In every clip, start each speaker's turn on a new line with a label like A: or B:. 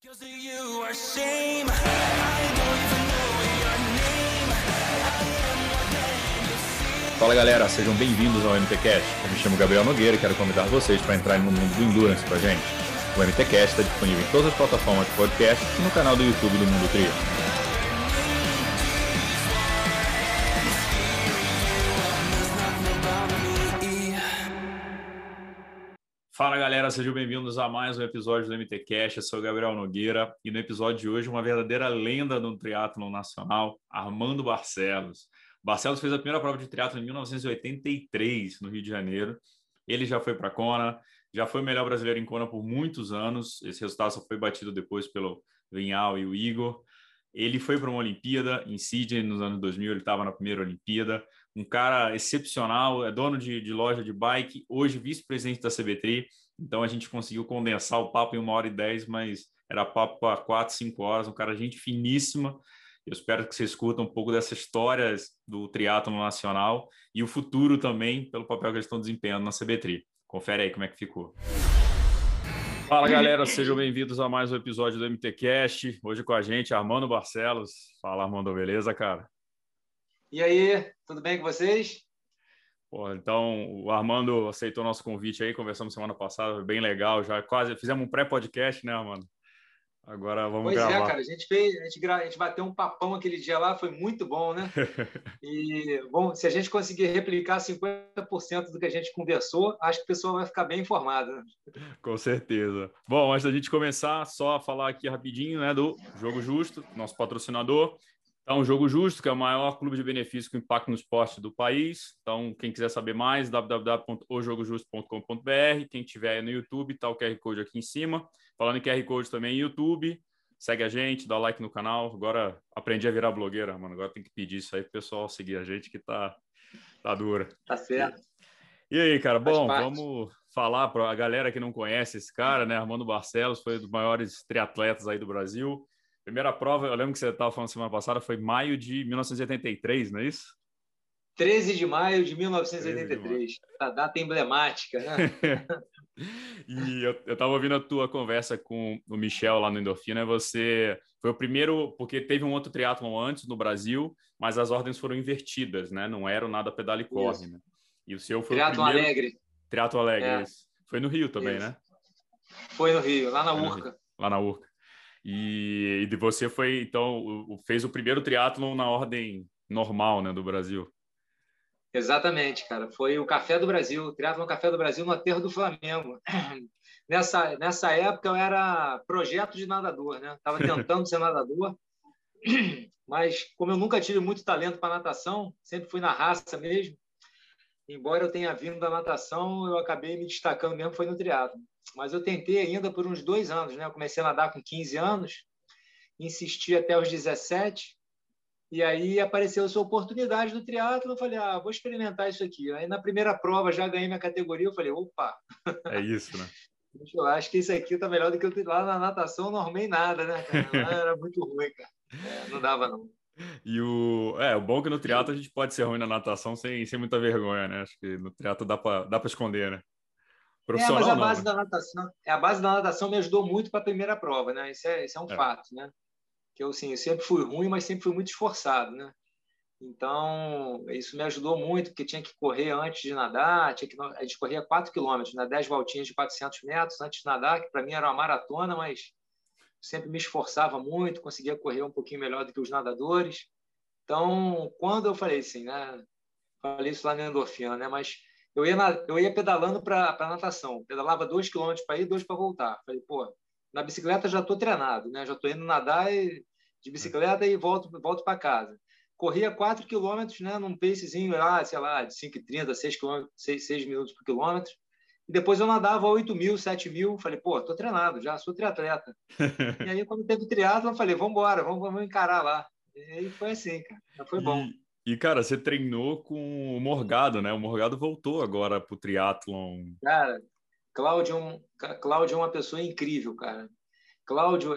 A: Fala galera, sejam bem-vindos ao MTCast. Eu me chamo Gabriel Nogueira e quero convidar vocês para entrar no mundo do Endurance com a gente. O MTCast está disponível em todas as plataformas de podcast e no canal do YouTube do Mundo Trio. Fala galera, sejam bem-vindos a mais um episódio do MTCast. Eu sou o Gabriel Nogueira e no episódio de hoje uma verdadeira lenda do triatlon nacional, Armando Barcelos. Barcelos fez a primeira prova de triatlo em 1983, no Rio de Janeiro. Ele já foi para Kona, já foi o melhor brasileiro em Kona por muitos anos. Esse resultado só foi batido depois pelo Vinhal e o Igor. Ele foi para uma Olimpíada em Sydney nos anos 2000, ele estava na primeira Olimpíada. Um cara excepcional, é dono de loja de bike, hoje vice-presidente da CBTRI. Então a gente conseguiu condensar o papo em 1h10, mas era papo para 4, 5 horas. Um cara gente finíssima. Eu espero que você escuta um pouco dessas histórias do triatlon nacional e o futuro também pelo papel que eles estão desempenhando na CBTRI. Confere aí como é que ficou. Fala galera, sejam bem-vindos a mais um episódio do MTCast. Hoje com a gente, Armando Barcelos. Fala Armando, beleza, cara?
B: E aí, tudo bem com vocês?
A: Pô, então, o Armando aceitou nosso convite aí, conversamos semana passada, bem legal, já quase fizemos um pré-podcast, né, Armando? Agora vamos gravar.
B: Pois é, cara, a gente bateu um papão aquele dia lá, foi muito bom, né? E, bom, se a gente conseguir replicar 50% do que a gente conversou, acho que o pessoal vai ficar bem informado, né?
A: Com certeza. Bom, antes da gente começar, só falar aqui rapidinho, né, do Jogo Justo, nosso patrocinador. Então, o Jogo Justo, que é o maior clube de benefício com impacto no esporte do país. Então, quem quiser saber mais, www.ojogojusto.com.br. Quem tiver aí no YouTube, tá o QR Code aqui em cima. Falando em QR Code também, YouTube, segue a gente, dá like no canal. Agora aprendi a virar blogueira, mano. Agora tem que pedir isso aí pro pessoal seguir a gente, que tá dura.
B: Tá certo.
A: E aí, cara, bom, vamos falar para a galera que não conhece esse cara, né? Armando Barcelos foi um dos maiores triatletas aí do Brasil. Primeira prova, eu lembro que você estava falando semana passada, foi maio de 1983, não é isso?
B: 13 de maio de 1983. A data emblemática, né?
A: E eu estava ouvindo a tua conversa com o Michel lá no Endorfina. Você foi o primeiro, porque teve um outro triatlon antes no Brasil, mas as ordens foram invertidas, né? Não era o nada pedala e corre, né? E o seu foi
B: Triatlon
A: o primeiro...
B: Alegre.
A: Triatlon Alegre, isso. Foi no Rio também, né?
B: Foi no Rio, lá na Urca.
A: Lá na Urca. E de você foi, então, fez o primeiro triatlon na ordem normal, né, do Brasil.
B: Exatamente, cara. Foi o Café do Brasil, o Triatlon Café do Brasil no Aterro do Flamengo. Nessa época eu era projeto de nadador, né? Estava tentando ser nadador, mas como eu nunca tive muito talento para natação, sempre fui na raça mesmo. Embora eu tenha vindo da natação, eu acabei me destacando mesmo, foi no triatlon. Mas eu tentei ainda por uns 2 anos, né? Eu comecei a nadar com 15 anos, insisti até os 17, e aí apareceu essa oportunidade do triatlon, eu falei, vou experimentar isso aqui. Aí na primeira prova já ganhei minha categoria, eu falei, opa!
A: É isso, né?
B: Eu acho que isso aqui está melhor do que eu lá na natação, eu não arrumei nada, né, cara? Lá era muito ruim, cara. Não dava, não.
A: E o bom é que no triatlo a gente pode ser ruim na natação sem muita vergonha, né? Acho que no triatlo dá para esconder, né? Profissional,
B: mas a base da natação me ajudou muito para a primeira prova, né? Isso é um fato, né? Que eu, assim, eu sempre fui ruim, mas sempre fui muito esforçado, né? Então, isso me ajudou muito, porque tinha que correr antes de nadar, a gente corria 4 quilômetros, né? 10 voltinhas de 400 metros antes de nadar, que para mim era uma maratona, mas sempre me esforçava muito, conseguia correr um pouquinho melhor do que os nadadores. Então, quando eu falei assim, né? Falei isso lá na Endorfina, né? Mas eu ia pedalando para natação, pedalava 2 quilômetros para ir, 2 para voltar. Falei, pô, na bicicleta já estou treinado, né? Já estou indo nadar de bicicleta e volto para casa. Corria 4 quilômetros, né? Num pacezinho lá, sei lá, de 5h30, 6 minutos por quilômetro. E depois eu nadava 8.000, 7.000. Falei, pô, estou treinado, já sou triatleta. E aí, quando teve triatlon, eu falei, vamos embora, vamos encarar lá. E aí foi assim, cara. Já foi bom.
A: E, cara, você treinou com o Morgado, né? O Morgado voltou agora pro triatlon.
B: Cara, Cláudio é uma pessoa incrível, cara. Cláudio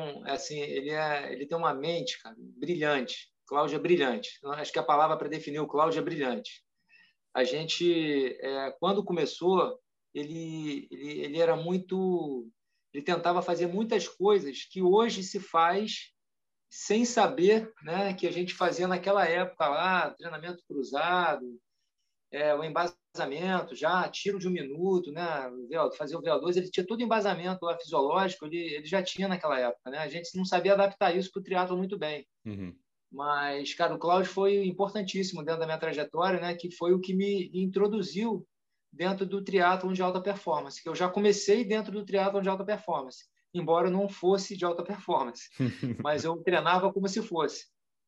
B: ele tem uma mente, cara, brilhante. Cláudio é brilhante. Acho que a palavra para definir o Cláudio é brilhante. A gente, quando começou, ele era muito ele tentava fazer muitas coisas que hoje se faz sem saber, né, que a gente fazia naquela época lá, treinamento cruzado, o embasamento já, tiro de 1 minuto, né, fazer o VO2, ele tinha todo o embasamento lá fisiológico, ele já tinha naquela época, né? A gente não sabia adaptar isso para o triatlo muito bem.
A: Uhum.
B: Mas, cara, o Cláudio foi importantíssimo dentro da minha trajetória, né, que foi o que me introduziu dentro do triatlon de alta performance, que eu já comecei dentro do triatlon de alta performance, embora eu não fosse de alta performance, mas eu treinava como se fosse.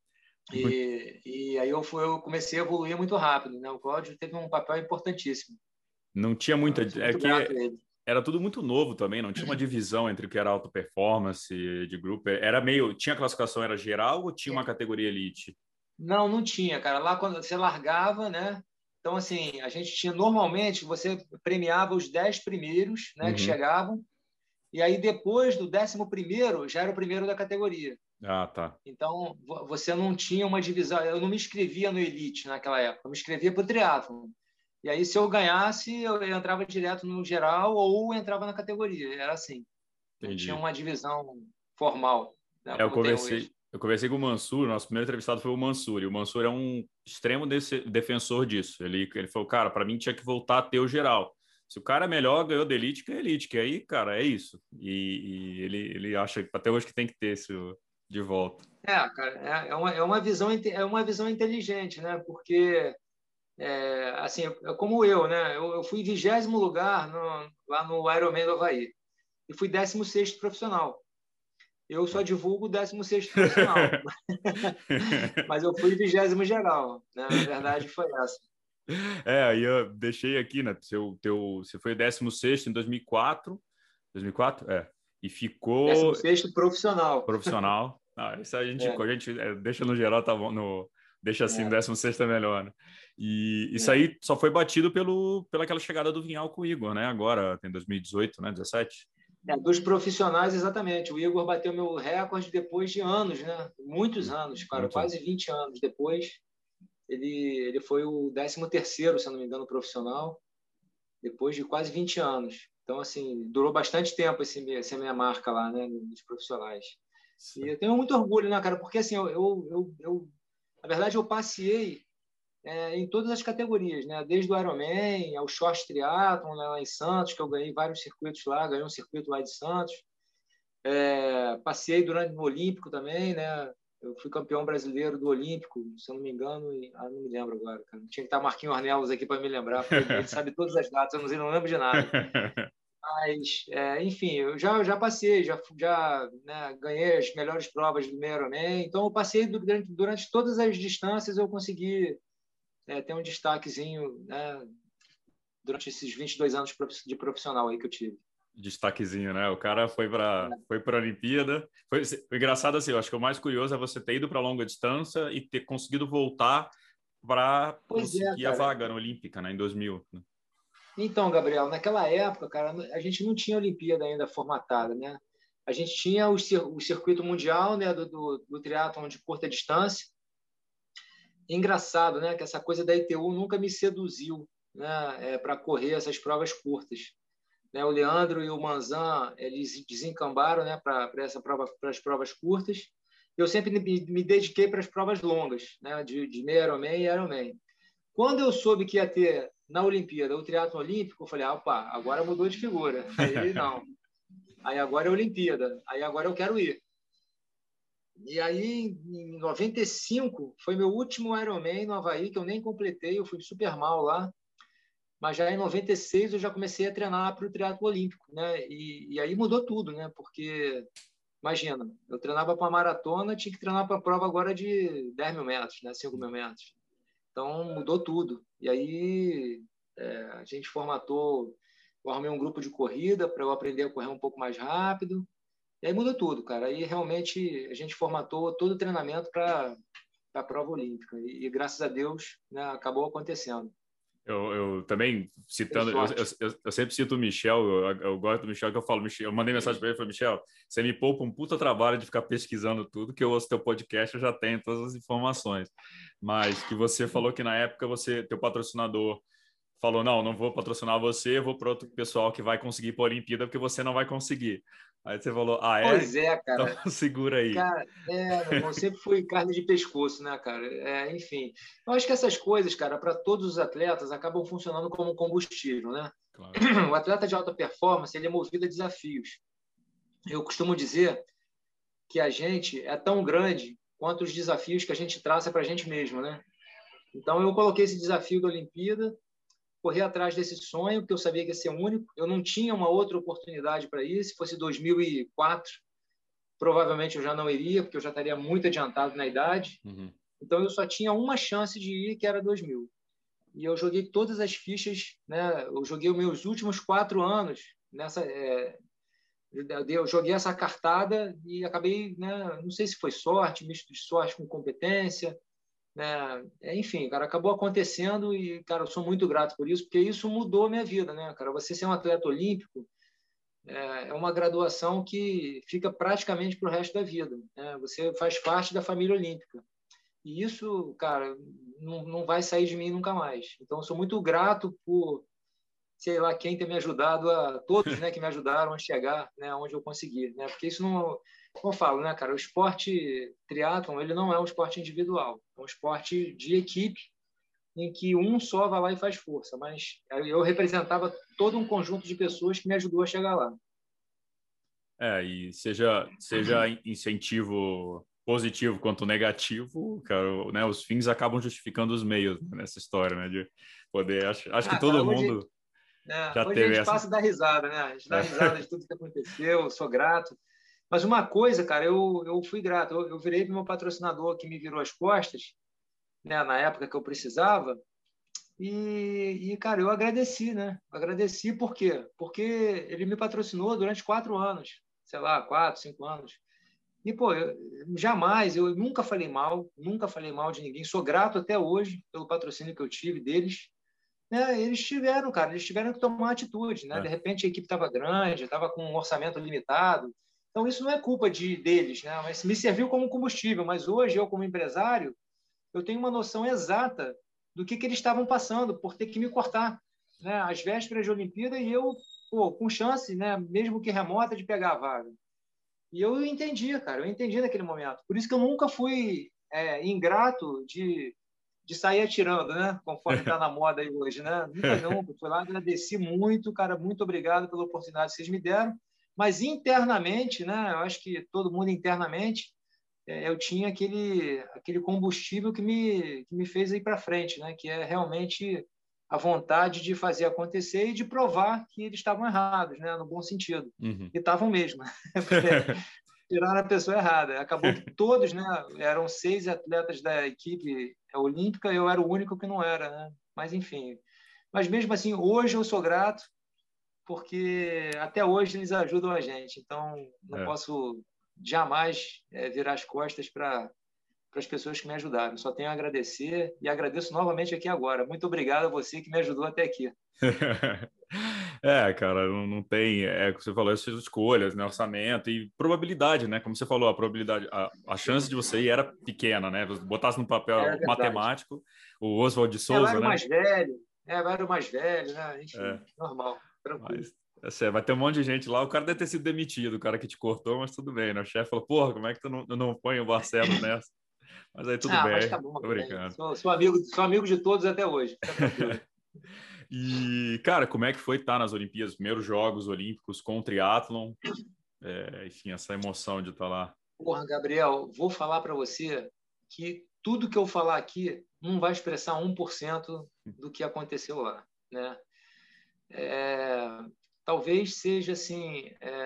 B: E aí eu comecei a evoluir muito rápido, né? O Cláudio teve um papel importantíssimo.
A: Não tinha muita...
B: muito grato a ele.
A: Era tudo muito novo também, não tinha uma divisão entre o que era alta performance de grupo. Era meio... Tinha classificação, era geral ou tinha uma categoria elite?
B: Não tinha, cara. Lá quando você largava, né? Então, assim, a gente tinha... Normalmente, você premiava os 10 primeiros, né? Que chegavam. E aí, depois do 11º, já era o primeiro da categoria.
A: Ah, tá.
B: Então, você não tinha uma divisão. Eu não me inscrevia no Elite naquela época. Eu me inscrevia para o triatlon. E aí, se eu ganhasse, eu entrava direto no geral ou entrava na categoria. Era assim. Não tinha uma divisão formal, né, como tem hoje.
A: Eu conversei com o Mansur, nosso primeiro entrevistado foi o Mansur, e o Mansur é um extremo defensor disso. Ele falou, cara, para mim tinha que voltar a ter o geral. Se o cara é melhor, ganhou da elite, que é elite, que aí, cara, é isso. E ele acha até hoje que tem que ter isso de volta.
B: Cara, é uma visão inteligente, né? Porque, assim, como eu, né? Eu fui 20º lugar lá no Ironman do Havaí e fui 16º profissional. Eu só divulgo o 16º profissional, mas eu fui 20º geral, né? Na verdade, foi essa.
A: Aí eu deixei aqui, né? Você foi 16º em 2004. 2004? E ficou...
B: 16º profissional.
A: Profissional. Isso a gente deixa no geral, tá bom? Deixa assim, 16º é melhor, né? E isso aí só foi batido pelaquela chegada do Vinhal com o Igor, né? Agora, tem 2018, né? 17?
B: Dos profissionais, exatamente. O Igor bateu meu recorde depois de anos, né? Muitos anos, cara, quase 20 anos depois. Ele foi o 13º, se eu não me engano, profissional, depois de quase 20 anos. Então, assim, durou bastante tempo essa minha marca lá, né, nos profissionais. E eu tenho muito orgulho, né, cara? Porque, assim, na verdade, eu passei em todas as categorias, né? Desde o Ironman ao Short Triathlon, né, lá em Santos, que eu ganhei vários circuitos lá, ganhei um circuito lá de Santos. Passei durante o Olímpico também, né? Eu fui campeão brasileiro do Olímpico, se eu não me engano, não me lembro agora, cara. Tinha que estar Marquinhos Ornelas aqui para me lembrar, porque ele sabe todas as datas, eu não lembro de nada. Mas, enfim, eu já passei, já né, ganhei as melhores provas do meio Ironman, então eu passei durante todas as distâncias, eu consegui ter um destaquezinho, né, durante esses 22 anos de profissional aí que eu tive.
A: Destaquezinho, né? O cara foi para a Olimpíada. Foi engraçado assim, eu acho que o mais curioso é você ter ido para longa distância e ter conseguido voltar para conseguir a vaga na Olímpica, né, em 2000. Né?
B: Então, Gabriel, naquela época, cara, a gente não tinha Olimpíada ainda formatada, né? A gente tinha o circuito mundial, né, do triatlon de curta distância. Engraçado, né, que essa coisa da ITU nunca me seduziu, né, para correr essas provas curtas. Né, o Leandro e o Manzan, eles desencambaram, né, para as provas curtas. Eu sempre me dediquei para as provas longas, né, de meio Ironman e Ironman. Quando eu soube que ia ter na Olimpíada o triatlon olímpico, eu falei, opa, agora mudou de figura. Aí não. Aí agora é Olimpíada. Aí agora eu quero ir. E aí, em 95, foi meu último Ironman no Havaí, que eu nem completei, eu fui super mal lá. Mas já em 96 eu já comecei a treinar para o triatlo olímpico, né? E aí mudou tudo, né? Porque, imagina, eu treinava para maratona, tinha que treinar para a prova agora de 10 mil metros, né? 5 mil metros. Então, mudou tudo. E aí, a gente formatou, eu arrumei um grupo de corrida para eu aprender a correr um pouco mais rápido. E aí mudou tudo, cara. Aí, realmente, a gente formatou todo o treinamento para a prova olímpica. E, graças a Deus, né, acabou acontecendo.
A: Eu também, citando, eu sempre cito o Michel, eu gosto do Michel, que eu falo, Michel, eu mandei mensagem para ele e falei, Michel, você me poupa um puta trabalho de ficar pesquisando tudo, que eu ouço teu podcast, eu já tenho todas as informações. Mas que você falou que na época teu patrocinador falou, não vou patrocinar você, vou para outro pessoal que vai conseguir ir para a Olimpíada, porque você não vai conseguir. Aí você falou,
B: Pois é,
A: Então
B: cara.
A: segura aí.
B: Cara, meu irmão, sempre fui carne de pescoço, né, cara? Enfim, eu acho que essas coisas, cara, para todos os atletas, acabam funcionando como combustível, né?
A: Claro.
B: O atleta de alta performance, ele é movido a desafios. Eu costumo dizer que a gente é tão grande quanto os desafios que a gente traça para a gente mesmo, né? Então, eu coloquei esse desafio da Olimpíada, corri atrás desse sonho, porque eu sabia que ia ser único. Eu não tinha uma outra oportunidade para ir. Se fosse 2004, provavelmente eu já não iria, porque eu já estaria muito adiantado na idade.
A: Uhum.
B: Então, eu só tinha uma chance de ir, que era 2000. E eu joguei todas as fichas, né? Eu joguei os meus últimos 4 anos nessa. Eu joguei essa cartada e acabei, né? Não sei se foi sorte, misto de sorte com competência, né? Enfim, cara, acabou acontecendo e, cara, eu sou muito grato por isso, porque isso mudou a minha vida, né, cara? Você ser um atleta olímpico é uma graduação que fica praticamente para o resto da vida, né? Você faz parte da família olímpica. E isso, cara, não vai sair de mim nunca mais. Então, eu sou muito grato por, sei lá, quem ter me ajudado, a todos, né, que me ajudaram a chegar, né, onde eu consegui, né? Porque isso não, como eu falo, né, cara, o esporte triatlon, ele não é um esporte individual, é um esporte de equipe em que um só vai lá e faz força, mas eu representava todo um conjunto de pessoas que me ajudou a chegar lá.
A: E seja incentivo positivo quanto negativo, cara, né, os fins acabam justificando os meios, né, nessa história, né, de poder, acho que
B: Cara,
A: todo mundo já
B: hoje a
A: teve
B: gente
A: essa.
B: passa e dá risada, né? A gente dá risada de tudo que aconteceu, sou grato. Mas uma coisa, cara, eu fui grato. Eu virei para o meu patrocinador que me virou as costas, né, na época que eu precisava. Cara, eu agradeci, né? Agradeci por quê? Porque ele me patrocinou durante 4 anos, sei lá, 4, 5 anos. E, pô, eu nunca falei mal de ninguém. Sou grato até hoje pelo patrocínio que eu tive deles. Eles tiveram que tomar atitude, né? De repente a equipe estava grande, estava com um orçamento limitado. Então, isso não é culpa deles, né? Mas me serviu como combustível. Mas hoje, eu, como empresário, eu tenho uma noção exata do que eles estavam passando por ter que me cortar, né? Às vésperas de Olimpíada e eu, pô, com chance, né? Mesmo que remota, de pegar a vaga. E eu entendi, cara, eu entendi naquele momento. Por isso que eu nunca fui ingrato de sair atirando, né? Conforme está na moda aí hoje, né? Nunca. Fui lá, agradeci muito, cara, muito obrigado pela oportunidade que vocês me deram. Mas internamente, né? Eu acho que todo mundo internamente, eu tinha aquele combustível que me fez ir para frente, né? Que é realmente a vontade de fazer acontecer e de provar que eles estavam errados, né? No bom sentido.
A: Uhum.
B: E estavam mesmo. Tiraram a pessoa errada. Acabou que todos, né? Eram 6 atletas da equipe olímpica, eu era o único que não era, né? Mas enfim. Mas mesmo assim, hoje eu sou grato porque até hoje eles ajudam a gente. Então, não posso jamais virar as costas para as pessoas que me ajudaram. Só tenho a agradecer e agradeço novamente aqui agora. Muito obrigado a você que me ajudou até aqui.
A: Cara, não tem, como você falou, essas escolhas, né, orçamento e probabilidade, né, como você falou, a probabilidade, a chance de você ir era pequena, né, botasse no
B: É
A: papel
B: verdade.
A: matemático, o Oswald de
B: Eu
A: Souza,
B: era o
A: né,
B: mais velho, eu era o mais velho, né? Enfim, normal, tranquilo.
A: mas vai ter um monte de gente lá, o cara deve ter sido demitido, o cara que te cortou, mas tudo bem, né, o chefe falou, porra, como é que tu não põe o Barcelos nessa? Mas aí tudo
B: Mas
A: bem,
B: tá bom
A: tô
B: também.
A: brincando.
B: Sou amigo de todos até hoje, fica tranquilo.
A: E, cara, como é que foi estar nas Olimpíadas, primeiros Jogos Olímpicos com triatlon? Enfim, essa emoção de estar lá.
B: Porra, Gabriel, vou falar para você que tudo que eu falar aqui não vai expressar 1% do que aconteceu lá, né? Talvez seja assim,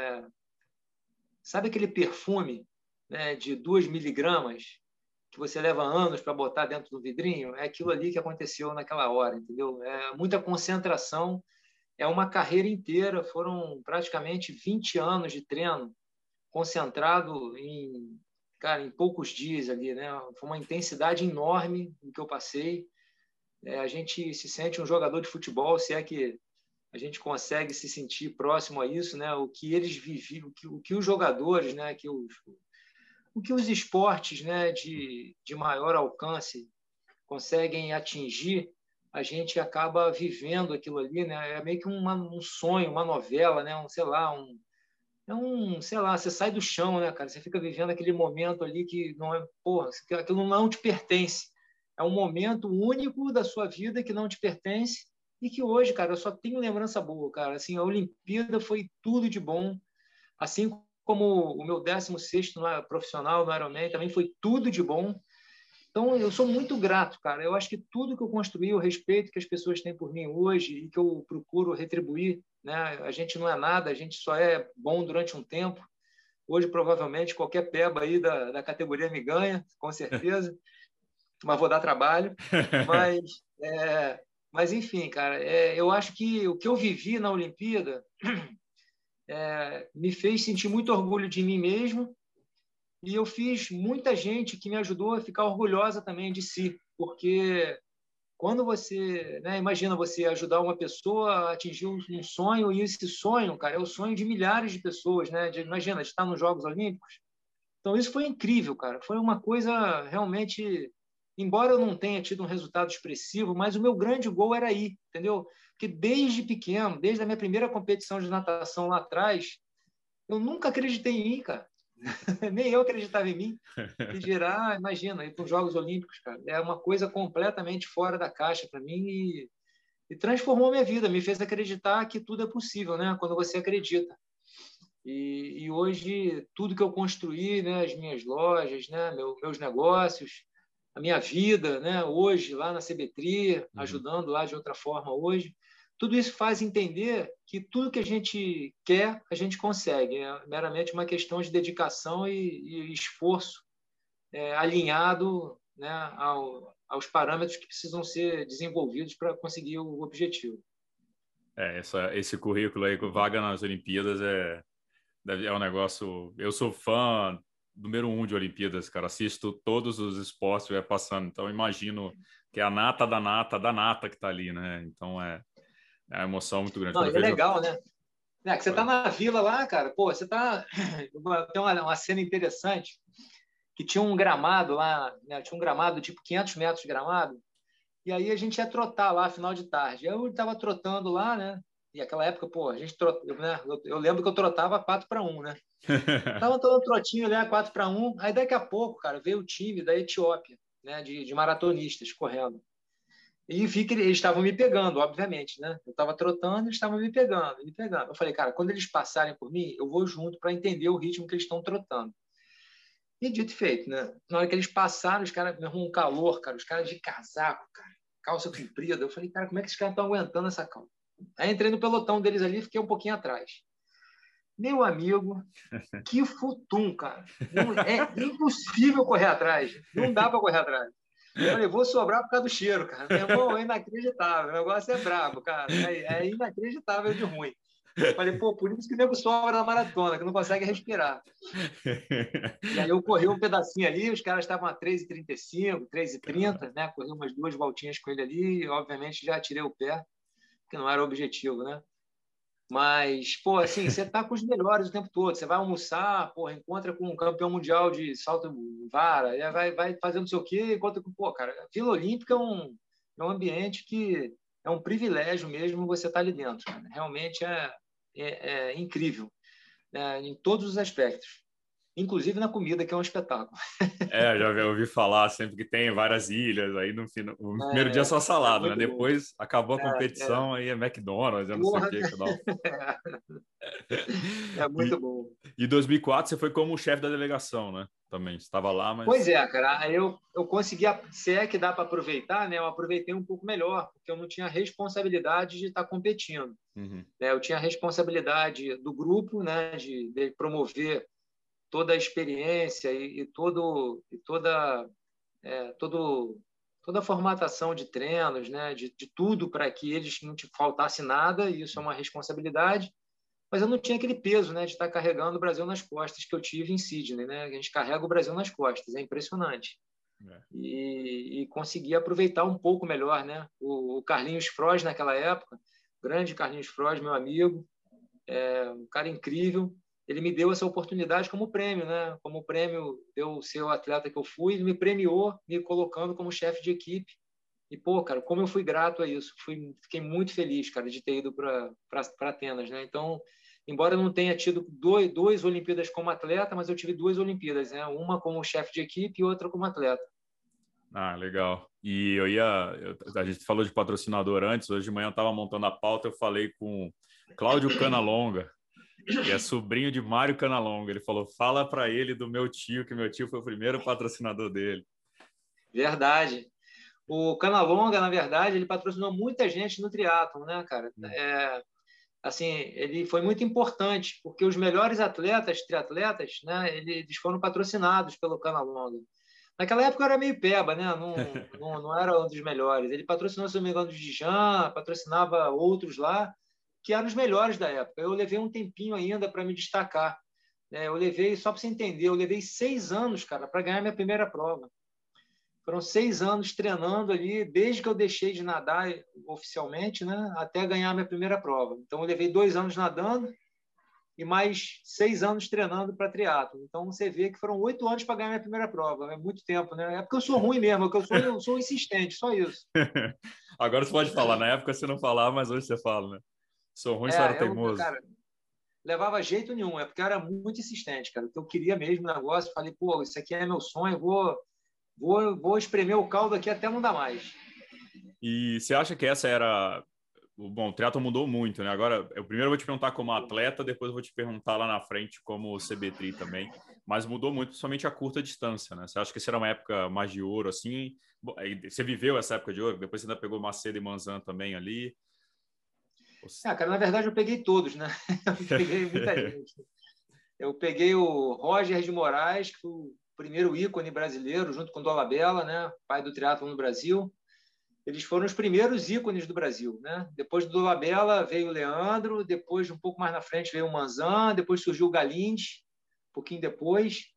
B: sabe aquele perfume, né, de 2 miligramas que você leva anos para botar dentro do vidrinho? É aquilo ali que aconteceu naquela hora, entendeu? É muita concentração, é uma carreira inteira, foram praticamente 20 anos de treino concentrado cara, em poucos dias ali, né? Foi uma intensidade enorme o que eu passei. A gente se sente um jogador de futebol, se é que a gente consegue se sentir próximo a isso, né? O que eles viviam, o que os jogadores, né? O que os esportes, né? De maior alcance conseguem atingir, a gente acaba vivendo aquilo ali, né? É meio que um sonho, uma novela, né? Sei lá, você sai do chão, né, cara? Você fica vivendo aquele momento ali que não é, porra, aquilo não te pertence. É um momento único da sua vida que não te pertence e que hoje, cara, eu só tenho lembrança boa, cara. Assim, a Olimpíada foi tudo de bom, assim como o meu 16º profissional no Ironman também foi tudo de bom. Então, eu sou muito grato, cara. Eu acho que tudo que eu construí, o respeito que as pessoas têm por mim hoje e que eu procuro retribuir, né? A gente não é nada, a gente só é bom durante um tempo. Hoje, provavelmente, qualquer peba aí da categoria me ganha, com certeza, mas vou dar trabalho. Mas, mas enfim, cara, eu acho que o que eu vivi na Olimpíada me fez sentir muito orgulho de mim mesmo. E eu fiz muita gente que me ajudou a ficar orgulhosa também de si, porque quando você, né, imagina você ajudar uma pessoa a atingir um sonho, e esse sonho, cara, é o sonho de milhares de pessoas, né? Imagina, de estar nos Jogos Olímpicos. Então, isso foi incrível, cara. Foi uma coisa realmente. Embora eu não tenha tido um resultado expressivo, mas o meu grande gol era ir, entendeu? Porque desde pequeno, desde a minha primeira competição de natação lá atrás, eu nunca acreditei em mim, cara. Nem eu acreditava em mim. E dirá, imagina, ir para os Jogos Olímpicos, cara. É uma coisa completamente fora da caixa para mim e transformou minha vida, me fez acreditar que tudo é possível, né? Quando você acredita. E hoje, tudo que eu construí, né? As minhas lojas, né? Meus negócios, a minha vida, né? Hoje, lá na CB3, ajudando lá de outra forma hoje, tudo isso faz entender que tudo que a gente quer, a gente consegue. É meramente uma questão de dedicação e esforço alinhado, né, aos parâmetros que precisam ser desenvolvidos para conseguir o objetivo.
A: Esse currículo aí com vaga nas Olimpíadas é um negócio... Eu sou fã número 1 de Olimpíadas, cara. Assisto todos os esportes que vai passando. Então, imagino que é a nata da nata da nata que está ali, né? Então, é uma emoção muito grande.
B: Não, é legal, né? Que você está na vila lá, cara. Pô, você tá... Tem uma cena interessante que tinha um gramado lá, né? Tinha um gramado tipo 500 metros de gramado. E aí a gente ia trotar lá, final de tarde. Eu estava trotando lá, né? E aquela época, pô, a gente né? Eu lembro que eu trotava 4-1, né? Tava todo um trotinho ali, 4-1. Aí daqui a pouco, cara, veio o time da Etiópia, né? De maratonistas correndo. E vi que eles estavam me pegando, obviamente, né? Eu estava trotando, eles estavam me pegando, me pegando. Eu falei, cara, quando eles passarem por mim, eu vou junto para entender o ritmo que eles estão trotando. E dito e feito, né? Na hora que eles passaram, os caras, me arrumam um calor, cara, os caras de casaco, cara, calça comprida. Eu falei, cara, como é que esses caras estão aguentando essa calça? Aí entrei no pelotão deles ali e fiquei um pouquinho atrás. Meu amigo, que futum, cara. É impossível correr atrás. Não dá para correr atrás. Eu falei, vou sobrar por causa do cheiro, cara. Meu irmão, é inacreditável. O negócio é brabo, cara. É inacreditável de ruim. Eu falei, pô, por isso que o nego sobra na maratona, que não consegue respirar. E aí eu corri um pedacinho ali, os caras estavam a 3h35, 3h30, né? Corri umas 2 voltinhas com ele ali e, obviamente, já tirei o pé, porque não era o objetivo, né? Mas, pô, assim, você tá com os melhores o tempo todo. Você vai almoçar, pô, encontra com um campeão mundial de salto vara, vai fazendo não sei o quê, encontra com... Pô, cara, a Vila Olímpica é um ambiente que é um privilégio mesmo você estar ali dentro. Cara. Realmente é incrível, né, em todos os aspectos. Inclusive na comida, que é um espetáculo.
A: Já ouvi falar sempre que tem várias ilhas, aí no primeiro dia é só salada, né?
B: Bom.
A: Depois acabou a competição, aí é McDonald's, eu não sei o que.
B: É muito bom.
A: E 2004 você foi como chefe da delegação, né? Também, você estava lá, mas...
B: Pois é, cara, aí eu consegui, se é que dá para aproveitar, né? Eu aproveitei um pouco melhor, porque eu não tinha responsabilidade de estar competindo. Né? Eu tinha a responsabilidade do grupo, né? De promover toda a experiência e toda a formatação de treinos, né? De tudo para que eles não te faltasse nada, e isso é uma responsabilidade. Mas eu não tinha aquele peso, né, de estar carregando o Brasil nas costas que eu tive em Sydney, né? A gente carrega o Brasil nas costas, é impressionante. E consegui aproveitar um pouco melhor, né? O Carlinhos Frois naquela época, grande Carlinhos Frois, meu amigo, um cara incrível. Ele me deu essa oportunidade como prêmio, né? Como prêmio deu ser o atleta que eu fui, ele me premiou me colocando como chefe de equipe E, pô, cara, como eu fui grato a isso. Fiquei muito feliz, cara, de ter ido para Atenas, né? Então, embora eu não tenha tido duas Olimpíadas como atleta, mas eu tive 2 Olimpíadas, né? Uma como chefe de equipe e outra como atleta.
A: Ah, legal. E a gente falou de patrocinador antes, hoje de manhã eu estava montando a pauta, eu falei com Cláudio Canalonga, que é sobrinho de Mário Canalonga. Ele falou, fala para ele do meu tio, que meu tio foi o primeiro patrocinador dele.
B: Verdade. O Canalonga, na verdade, ele patrocinou muita gente no triatlon, né, cara? Assim, ele foi muito importante, porque os melhores atletas, triatletas, né, eles foram patrocinados pelo Canalonga. Naquela época eu era meio peba, né? Não era um dos melhores. Ele patrocinou, se não me engano, o Djan, patrocinava outros lá, que eram os melhores da época. Eu levei um tempinho ainda para me destacar. Né? Eu levei, só para você entender, eu levei 6 anos, cara, para ganhar minha primeira prova. Foram 6 anos treinando ali, desde que eu deixei de nadar oficialmente, né, até ganhar minha primeira prova. Então, eu levei 2 anos nadando e mais 6 anos treinando para triatlo. Então, você vê que foram 8 anos para ganhar minha primeira prova. É muito tempo, né? É porque eu sou ruim mesmo, é porque eu sou insistente, só isso.
A: Agora você pode falar. Na época você não falava, mas hoje você fala, né? Sou ruim, só era teimoso.
B: Cara, levava jeito nenhum, é porque eu era muito insistente, cara. Eu queria mesmo o negócio, falei, pô, isso aqui é meu sonho, vou espremer o caldo aqui até não dar mais.
A: E você acha que essa era... Bom, o triatlo mudou muito, né? Agora, eu primeiro vou te perguntar como atleta, depois eu vou te perguntar lá na frente como CB-Tri também. Mas mudou muito, principalmente a curta distância, né? Você acha que essa era uma época mais de ouro, assim? Você viveu essa época de ouro? Depois você ainda pegou Macedo e Manzan também ali?
B: Cara, na verdade eu peguei todos, né? Eu peguei muita gente. Eu peguei o Roger de Moraes, que foi o primeiro ícone brasileiro, junto com o Dolabella, né? Pai do triatlo no Brasil. Eles foram os primeiros ícones do Brasil, né? Depois do Dolabella veio o Leandro, depois, um pouco mais na frente, veio o Manzan, depois surgiu o Galinde, um pouquinho depois.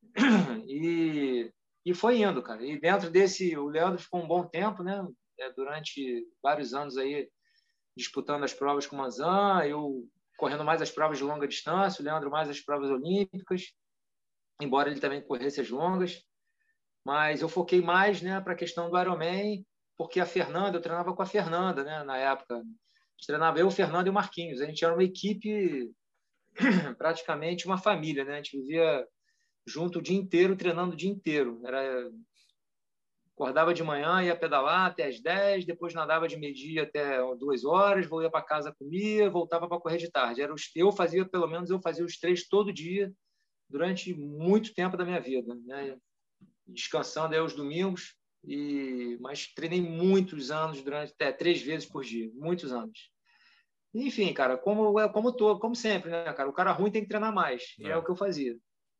B: E foi indo, cara. E dentro desse, o Leandro ficou um bom tempo, né? Durante vários anos aí, disputando as provas com o Manzan, eu correndo mais as provas de longa distância, o Leandro mais as provas olímpicas, embora ele também corresse as longas. Mas eu foquei mais, né, para a questão do Ironman, porque a Fernanda, eu treinava com a Fernanda, né, na época. A gente treinava eu, o Fernando e o Marquinhos. A gente era uma equipe, praticamente uma família, né? A gente vivia junto o dia inteiro, treinando o dia inteiro. Acordava de manhã, ia pedalar até as 10, depois nadava de meio-dia até 2 horas, ia para casa, comia, voltava para correr de tarde. Eu fazia os 3 todo dia, durante muito tempo da minha vida, né? Descansando aí os domingos, mas treinei muitos anos, durante até 3 vezes por dia, muitos anos. Enfim, cara, como sempre, né, cara? O cara ruim tem que treinar mais, e é o que eu fazia.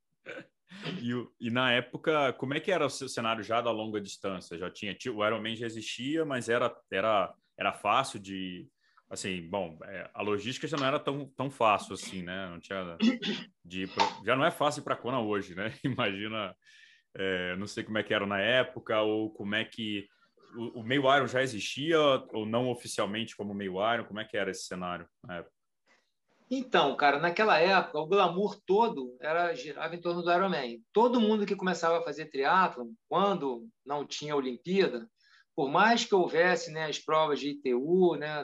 A: E na época, como é que era o seu cenário já da longa distância? Já tinha, o Ironman já existia, mas era fácil de, assim, bom, a logística já não era tão fácil assim, né? Não tinha já não é fácil para Kona hoje, né? Imagina, não sei como é que era na época ou como é que o meio Iron já existia ou não oficialmente como meio Iron, como é que era esse cenário na época?
B: Então, cara, naquela época, o glamour todo girava em torno do Ironman. Todo mundo que começava a fazer triatlon, quando não tinha Olimpíada, por mais que houvesse, né, as provas de ITU, né,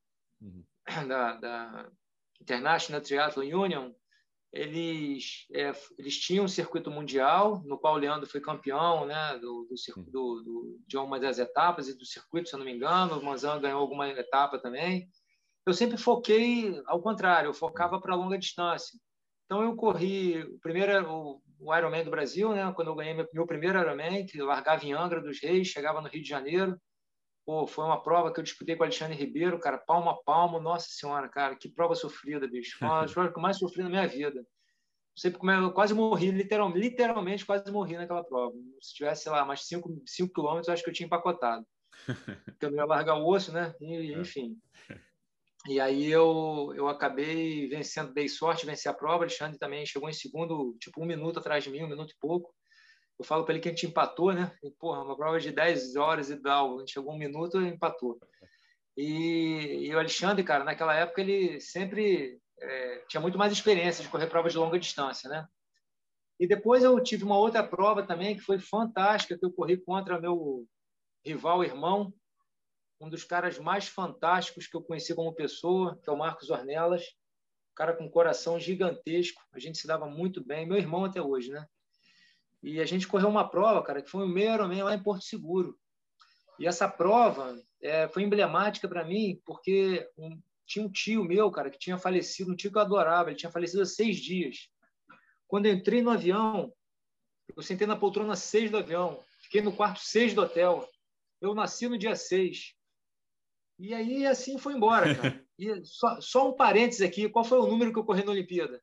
B: da International Triathlon Union, eles tinham um circuito mundial, no qual o Leandro foi campeão, né, de uma das etapas e do circuito, se eu não me engano. O Manzan ganhou alguma etapa também. Eu sempre foquei ao contrário, eu focava para longa distância. Então eu corri o Ironman do Brasil, né? Quando eu ganhei meu primeiro Ironman, que eu largava em Angra dos Reis, chegava no Rio de Janeiro. Pô, foi uma prova que eu disputei com o Alexandre Ribeiro, cara, palmo a palmo. Nossa senhora, cara, que prova sofrida, bicho. Foi uma das provas que eu mais sofri na minha vida. Não sei como eu quase morri, literalmente quase morri naquela prova. Se tivesse, sei lá, mais 5 quilômetros, acho que eu tinha empacotado. Porque eu não ia largar o osso, né? Enfim. E aí eu acabei vencendo, dei sorte, venci a prova. Alexandre também chegou em segundo, tipo 1 minuto atrás de mim, 1 minuto e pouco. Eu falo para ele que a gente empatou, né? E, porra, uma prova de 10 horas e tal. A gente chegou 1 minuto e empatou. E o Alexandre, cara, naquela época ele sempre tinha muito mais experiência de correr provas de longa distância, né? E depois eu tive uma outra prova também que foi fantástica, que eu corri contra meu rival, irmão, um dos caras mais fantásticos que eu conheci como pessoa, que é o Marcos Ornelas, um cara com um coração gigantesco, a gente se dava muito bem, meu irmão até hoje, né? E a gente correu uma prova, cara, que foi o meio Ironman lá em Porto Seguro. E essa prova foi emblemática para mim, porque tinha um tio meu, cara, que tinha falecido, um tio que eu adorava, ele tinha falecido há 6 dias. Quando eu entrei no avião, eu sentei na poltrona 6 do avião, fiquei no quarto 6 do hotel. Eu nasci no dia 6. E aí, assim, foi embora, cara. E só um parênteses aqui, qual foi o número que eu corri na Olimpíada?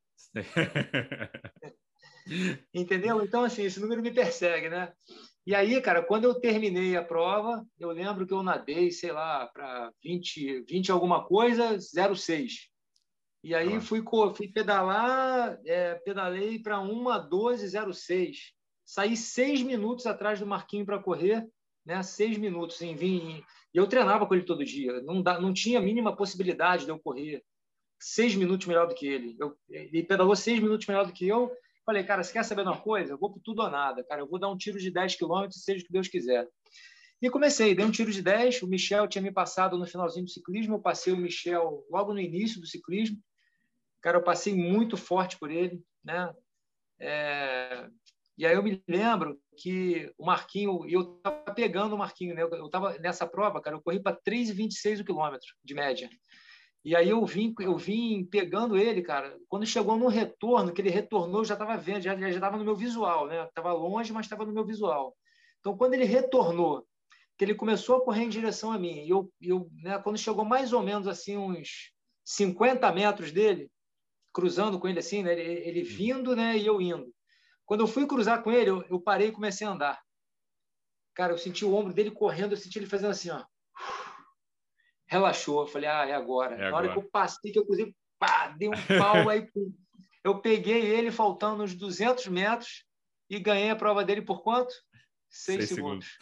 B: Entendeu? Então, assim, esse número me persegue, né? E aí, cara, quando eu terminei a prova, eu lembro que eu nadei, sei lá, para 20 alguma coisa, 0,6. E aí fui pedalar, pedalei para 1:12,06. Saí 6 minutos atrás do Marquinho para correr, né? 6 minutos. E eu treinava com ele todo dia. Não tinha a mínima possibilidade de eu correr 6 minutos melhor do que ele. Ele pedalou 6 minutos melhor do que eu. Falei, cara, você quer saber de uma coisa? Eu vou por tudo ou nada, cara. Eu vou dar um tiro de 10 quilômetros, seja o que Deus quiser. E comecei, dei um tiro de 10. O Michel tinha me passado no finalzinho do ciclismo. Eu passei o Michel logo no início do ciclismo. Cara, eu passei muito forte por ele, né? E aí eu me lembro que o Marquinho, e eu estava pegando o Marquinho, né? Eu estava nessa prova, cara, eu corri para 3,26 o quilômetro de média. E aí eu vim pegando ele, cara. Quando chegou no retorno, que ele retornou, eu já estava vendo, já estava no meu visual, né? Estava longe, mas estava no meu visual. Então, quando ele retornou, que ele começou a correr em direção a mim, né, quando chegou mais ou menos assim uns 50 metros dele, cruzando com ele assim, né? Ele vindo, né? E eu indo. Quando eu fui cruzar com ele, eu parei e comecei a andar. Cara, eu senti o ombro dele correndo, eu senti ele fazendo assim, ó. Relaxou. Eu falei, é agora. Na hora que eu passei, que eu cruzei, pá, dei um pau, aí eu peguei ele faltando uns 200 metros e ganhei a prova dele por quanto? 6 segundos.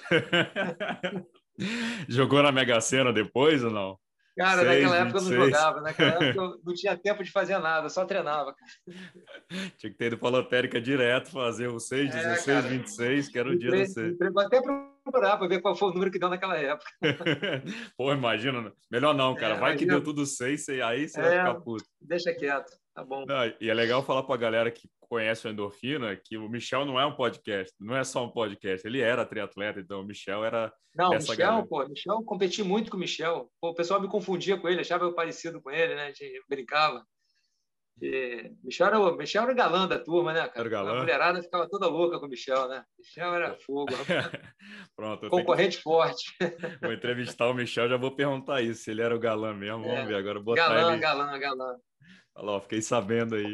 A: Jogou na Mega Sena depois ou não?
B: Cara, naquela época eu não jogava, naquela época eu não tinha tempo de fazer nada, só treinava.
A: Tinha que ter ido para a lotérica direto, fazer o 6, 16, 26, que era o dia do C.
B: Vou até procurar para ver qual foi o número que deu naquela época.
A: Pô, imagina. Melhor não, cara. Vai que deu tudo 6, aí você vai ficar puto.
B: Deixa quieto, tá bom.
A: Não, e é legal falar para a galera que conhece o Endorfina que o Michel não é um podcast, não é só um podcast. Ele era triatleta, então o Michel era dessa galera.
B: Michel, competi muito com o Michel. Pô, o pessoal me confundia com ele, achava eu parecido com ele, né? A gente brincava. Michel era o galã da turma, né, cara? A mulherada ficava toda louca com o Michel, né? Michel era fogo.
A: Pronto.
B: Concorrente forte.
A: Vou entrevistar o Michel, já vou perguntar isso, se ele era o galã mesmo. Vamos ver agora. Botar
B: galã.
A: Olha lá, fiquei sabendo aí.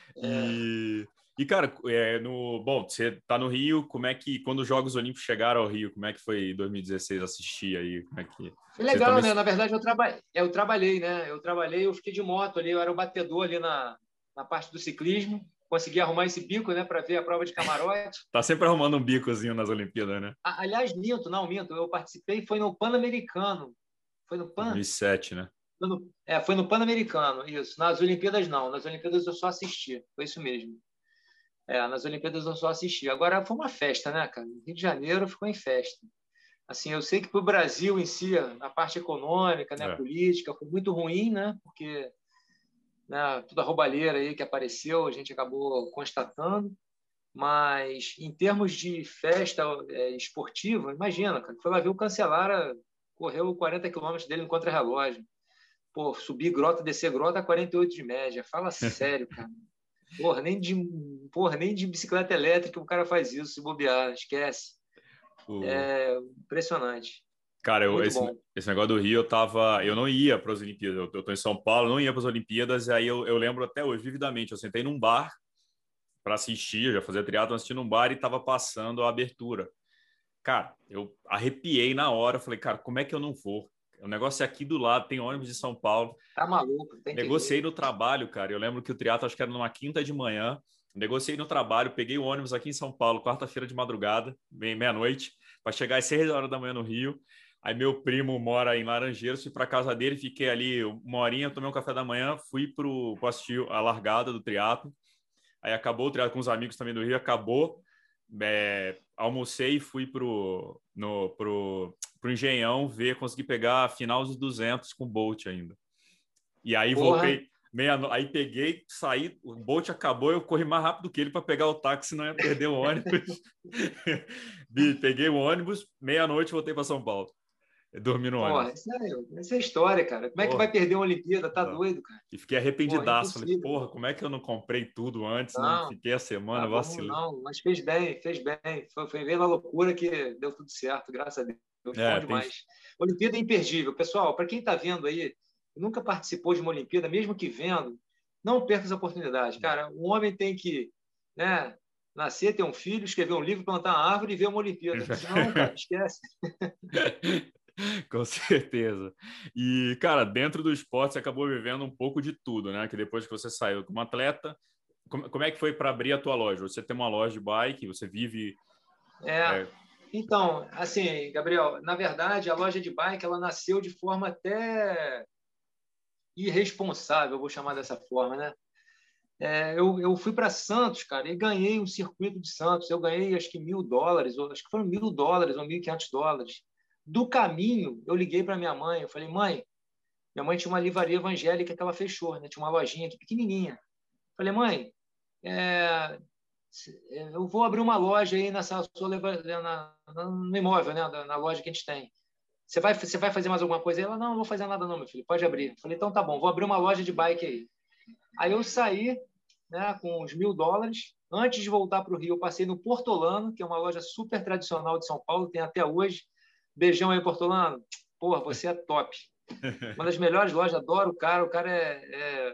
A: E cara, bom, você tá no Rio, como é que, quando os Jogos Olímpicos chegaram ao Rio, como é que foi em 2016 assistir aí? Como é que...
B: Foi legal, também... né? Na verdade, eu trabalhei, né? Eu fiquei de moto ali, eu era o batedor ali na parte do ciclismo, consegui arrumar esse bico, né, para ver a prova de camarote.
A: Tá sempre arrumando um bicozinho nas Olimpíadas, né?
B: Aliás, minto, eu participei, foi no Pan-Americano. Foi no Pan?
A: 2007, né?
B: Foi no Pan-Americano, isso. Nas Olimpíadas, não. Nas Olimpíadas eu só assisti. Foi isso mesmo. Nas Olimpíadas eu só assisti. Agora foi uma festa, né, cara? Rio de Janeiro ficou em festa. Assim, eu sei que para o Brasil em si, a parte econômica, né, política, foi muito ruim, né? Porque toda a roubalheira aí que apareceu, a gente acabou constatando. Mas em termos de festa esportiva, imagina, cara, foi lá ver o Cancellara, correu 40 quilômetros dele no contrarrelógio. Pô, subir grota, descer grota, 48 de média. Fala sério, cara. Porra, nem de bicicleta elétrica o cara faz isso, se bobear, esquece. Impressionante.
A: Cara, esse negócio do Rio, eu não ia para as Olimpíadas. Eu tô em São Paulo, não ia para as Olimpíadas, e aí eu lembro até hoje, vividamente. Eu sentei num bar para assistir, eu já fazia triatlon, assisti num bar e estava passando a abertura. Cara, eu arrepiei na hora, falei, cara, como é que eu não vou? O negócio é aqui do lado, tem ônibus de São Paulo.
B: Tá maluco.
A: Negociei no trabalho, cara. Eu lembro que o triatlo acho que era numa quinta de manhã. Negociei no trabalho, peguei o ônibus aqui em São Paulo, quarta-feira de madrugada, meia-noite, para chegar às 6 horas da manhã no Rio. Aí meu primo mora em Laranjeiras, fui para casa dele, fiquei ali uma horinha, tomei um café da manhã, fui para assistir a largada do triatlo. Aí acabou o triatlo com os amigos também do Rio, acabou. almocei e fui pro Engenhão consegui pegar a final dos 200 com o Bolt ainda. E aí voltei, aí peguei, saí, o Bolt acabou, eu corri mais rápido que ele para pegar o táxi, senão ia perder o ônibus. Peguei o ônibus, meia-noite voltei para São Paulo. Eu dormi no ônibus.
B: Essa é história, cara. Como é que vai perder uma Olimpíada? Tá doido, cara?
A: E fiquei arrependidaço. Falei, porra, como é que eu não comprei tudo antes? Não fiquei a semana, vacilei.
B: Não, mas fez bem. Foi ver na loucura que deu tudo certo, graças a Deus. Bom demais. Olimpíada é imperdível. Pessoal, para quem está vendo aí, nunca participou de uma Olimpíada, mesmo que vendo, não perca essa oportunidade. Cara, o homem tem que, né, nascer, ter um filho, escrever um livro, plantar uma árvore e ver uma Olimpíada. Senão, cara, esquece.
A: Com certeza. E, cara, dentro do esporte você acabou vivendo um pouco de tudo, né? Que depois que você saiu como atleta, como é que foi para abrir a tua loja? Você tem uma loja de bike, você vive...
B: Então, assim, Gabriel, na verdade, a loja de bike, ela nasceu de forma até irresponsável, vou chamar dessa forma, né? Eu fui para Santos, cara, e ganhei um circuito de Santos. Eu ganhei, acho que $1.000, acho que foram $1.000 ou $1.500. Do caminho, eu liguei para minha mãe. Eu falei, mãe, minha mãe tinha uma livraria evangélica que ela fechou, né? Tinha uma lojinha aqui pequenininha. Eu falei, mãe, eu vou abrir uma loja aí no imóvel, né? Na loja que a gente tem. Você vai fazer mais alguma coisa? Ela, não vou fazer nada não, meu filho, pode abrir. Eu falei, então tá bom, vou abrir uma loja de bike aí. Aí eu saí, né, com os $1.000. Antes de voltar para o Rio, eu passei no Portolano, que é uma loja super tradicional de São Paulo, tem até hoje. Beijão aí, Portolano. Porra, você é top. Uma das melhores lojas, adoro o cara é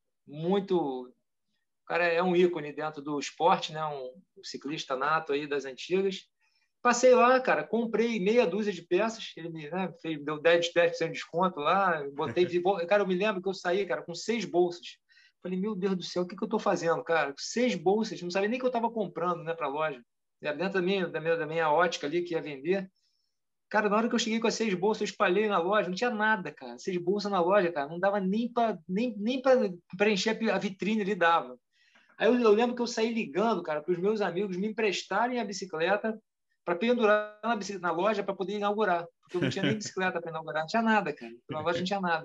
B: muito... O cara é um ícone dentro do esporte, né? Um ciclista nato aí das antigas. Passei lá, cara, comprei meia dúzia de peças, ele me deu 10% de desconto lá, botei... Cara, eu me lembro que eu saí, cara, com 6 bolsas. Falei, meu Deus do céu, o que eu estou fazendo, cara? 6 bolsas, não sabia nem que eu estava comprando, né, para a loja. Dentro da minha ótica ali, que ia vender. Cara, na hora que eu cheguei com as 6 bolsas, eu espalhei na loja, não tinha nada, cara. 6 bolsas na loja, cara, não dava nem para preencher a vitrine ali, dava. Aí eu lembro que eu saí ligando, cara, para os meus amigos me emprestarem a bicicleta para pendurar na loja para poder inaugurar. Porque eu não tinha nem bicicleta para inaugurar, não tinha nada, cara. Na loja não tinha nada.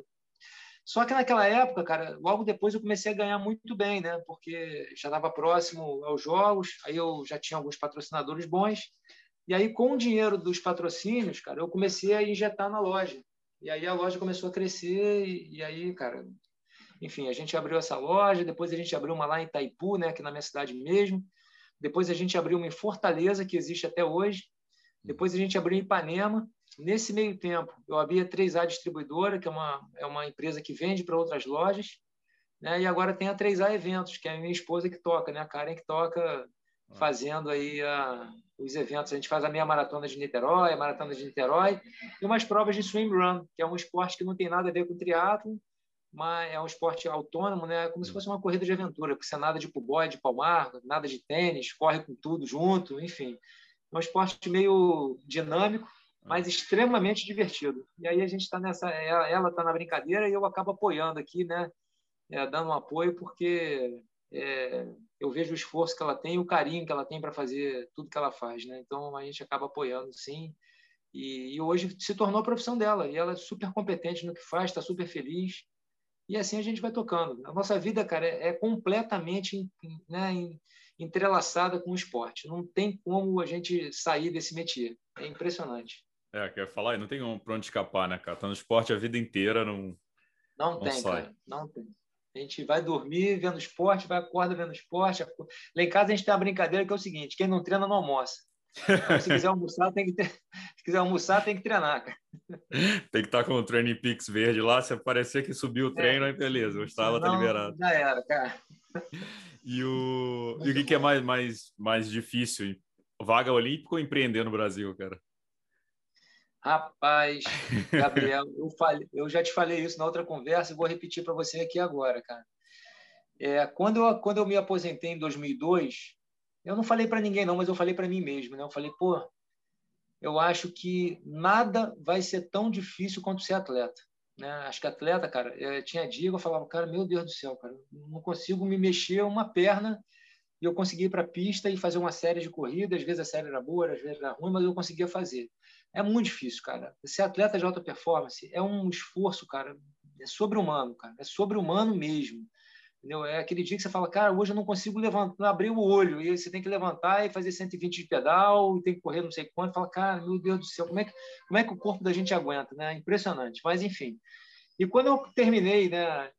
B: Só que naquela época, cara, logo depois eu comecei a ganhar muito bem, né? Porque já estava próximo aos jogos, aí eu já tinha alguns patrocinadores bons. E aí, com o dinheiro dos patrocínios, cara, eu comecei a injetar na loja. E aí a loja começou a crescer e aí, cara, enfim, a gente abriu essa loja, depois a gente abriu uma lá em Itaipu, né, aqui na minha cidade mesmo. Depois a gente abriu uma em Fortaleza, que existe até hoje. Depois a gente abriu em Ipanema. Nesse meio tempo, eu abri a 3A Distribuidora, que é uma empresa que vende para outras lojas, né? E agora tem a 3A Eventos, que é a minha esposa que toca, né? A Karen que toca fazendo aí os eventos. A gente faz a meia maratona de Niterói, a maratona de Niterói e umas provas de swim run, que é um esporte que não tem nada a ver com triatlo, mas é um esporte autônomo, né? Como se fosse uma corrida de aventura, porque você nada de puboy, de palmar, nada de tênis, corre com tudo junto, enfim. É um esporte meio dinâmico, mas extremamente divertido. E aí a gente está nessa... Ela está na brincadeira e eu acabo apoiando aqui, né? Dando um apoio, porque eu vejo o esforço que ela tem e o carinho que ela tem para fazer tudo que ela faz, né? Então a gente acaba apoiando, sim. E hoje se tornou a profissão dela. E ela é super competente no que faz, está super feliz. E assim a gente vai tocando. A nossa vida, cara, é completamente, né, entrelaçada com o esporte. Não tem como a gente sair desse métier. É impressionante.
A: Quero falar, não tem pra onde escapar, né, cara? Tá no esporte a vida inteira,
B: não tem, sai. Cara, não tem. A gente vai dormir vendo esporte, vai acordar vendo esporte. Lá em casa a gente tem uma brincadeira que é o seguinte: quem não treina não almoça. Então, se quiser almoçar, tem que treinar, cara.
A: Tem que estar com o Training Peaks verde lá. Se aparecer que subiu o treino, aí beleza, o Strava tá liberado.
B: Já era, cara.
A: E o que é mais difícil? Vaga olímpica ou empreender no Brasil, cara?
B: Rapaz, Gabriel, eu já te falei isso na outra conversa e vou repetir para você aqui agora, cara. Quando eu me aposentei em 2002, eu não falei para ninguém não, mas eu falei para mim mesmo, né? Eu falei, pô, eu acho que nada vai ser tão difícil quanto ser atleta, né? Acho que atleta, cara, tinha dia que eu falava, cara, meu Deus do céu, cara, não consigo me mexer uma perna e eu conseguia ir para a pista e fazer uma série de corridas. Às vezes a série era boa, às vezes era ruim, mas eu conseguia fazer. É muito difícil, cara. Ser atleta de alta performance é um esforço, cara, é sobre-humano, cara. É sobre-humano mesmo. Entendeu? É aquele dia que você fala, cara, hoje eu não consigo levantar, abrir o olho, e aí você tem que levantar e fazer 120 de pedal, e tem que correr não sei quanto. Fala, cara, meu Deus do céu, como é que o corpo da gente aguenta, né? Impressionante. Mas, enfim. E quando eu terminei, né,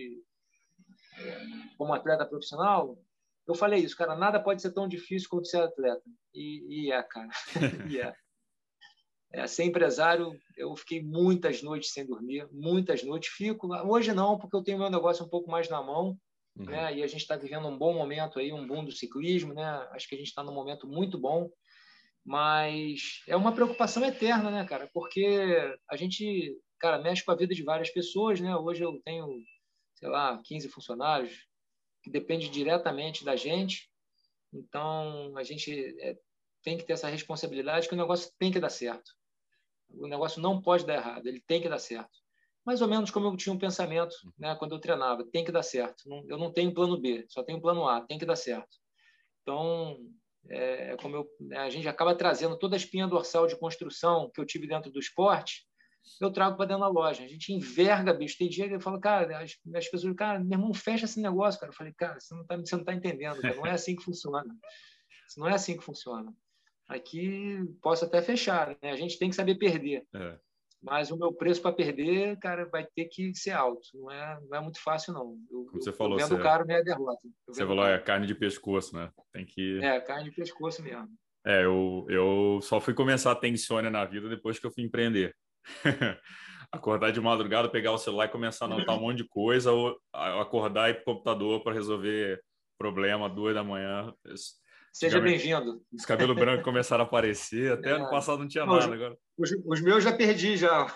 B: como atleta profissional, eu falei isso, cara, nada pode ser tão difícil quanto ser atleta. E é, cara. E é. Ser empresário, eu fiquei muitas noites sem dormir, muitas noites. Fico, hoje não, porque eu tenho meu negócio um pouco mais na mão, né? E a gente está vivendo um bom momento aí, um boom do ciclismo, né? Acho que a gente está num momento muito bom, mas é uma preocupação eterna, né, cara? Porque a gente, cara, mexe com a vida de várias pessoas, né? Hoje eu tenho, sei lá, 15 funcionários, que depende diretamente da gente. Então, a gente tem que ter essa responsabilidade que o negócio tem que dar certo. O negócio não pode dar errado, ele tem que dar certo. Mais ou menos como eu tinha um pensamento, né, quando eu treinava, tem que dar certo. Eu não tenho plano B, só tenho plano A, tem que dar certo. Então, a gente acaba trazendo toda a espinha dorsal de construção que eu tive dentro do esporte, eu trago para dentro da loja. A gente enverga, bicho. Tem dia que eu falo, cara, as pessoas, cara, meu irmão, fecha esse negócio, cara. Eu falei, cara, você não tá entendendo, cara. Não é assim que funciona. Isso não é assim que funciona. Aqui posso até fechar, né? A gente tem que saber perder. Mas o meu preço para perder, cara, vai ter que ser alto. Não é muito fácil, não.
A: Como você falou,
B: eu vendo caro minha derrota.
A: Você falou, é carne de pescoço, né? Tem que...
B: carne de pescoço mesmo.
A: Eu só fui começar a ter insônia na vida depois que eu fui empreender. Acordar de madrugada, pegar o celular e começar a anotar um monte de coisa, ou acordar e ir para o computador para resolver problema 2 da manhã.
B: Seja bem-vindo.
A: Os cabelos brancos começaram a aparecer, até ano passado não tinha nada. Agora.
B: Os meus já perdi, já.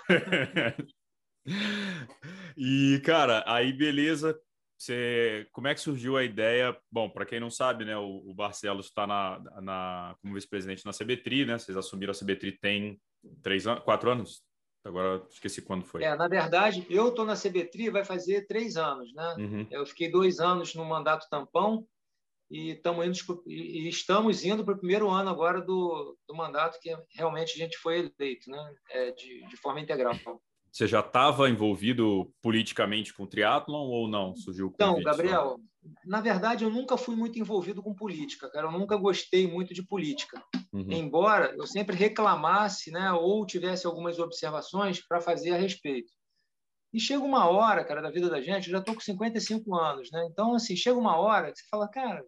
A: E, cara, aí beleza, como é que surgiu a ideia? Bom, para quem não sabe, né, o Barcelos está como vice-presidente na CBTRI, né? Vocês assumiram a CBTRI tem 4 anos? Agora esqueci quando foi.
B: Na verdade, eu estou na CBTRI vai fazer 3 anos, né? Eu fiquei 2 anos no mandato tampão e estamos indo para o primeiro ano agora do mandato que realmente a gente foi eleito, né? De forma integral.
A: Você já estava envolvido politicamente com o triatlon ou não? Surgiu o convite?
B: Então, Gabriel, na verdade, eu nunca fui muito envolvido com política, cara. Eu nunca gostei muito de política. Embora eu sempre reclamasse, né, ou tivesse algumas observações para fazer a respeito. E chega uma hora, cara, da vida da gente, eu já estou com 55 anos, né? Então, assim, chega uma hora que você fala, cara,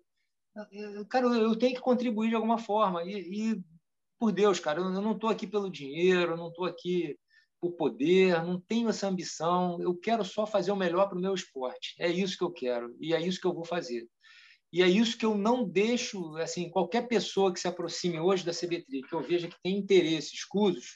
B: eu tenho que contribuir de alguma forma. E por Deus, cara, eu não estou aqui pelo dinheiro, eu não estou aqui por poder, não tenho essa ambição, eu quero só fazer o melhor para o meu esporte. É isso que eu quero e é isso que eu vou fazer. E é isso que eu não deixo, assim, qualquer pessoa que se aproxime hoje da CBTRI, que eu veja que tem interesses escusos,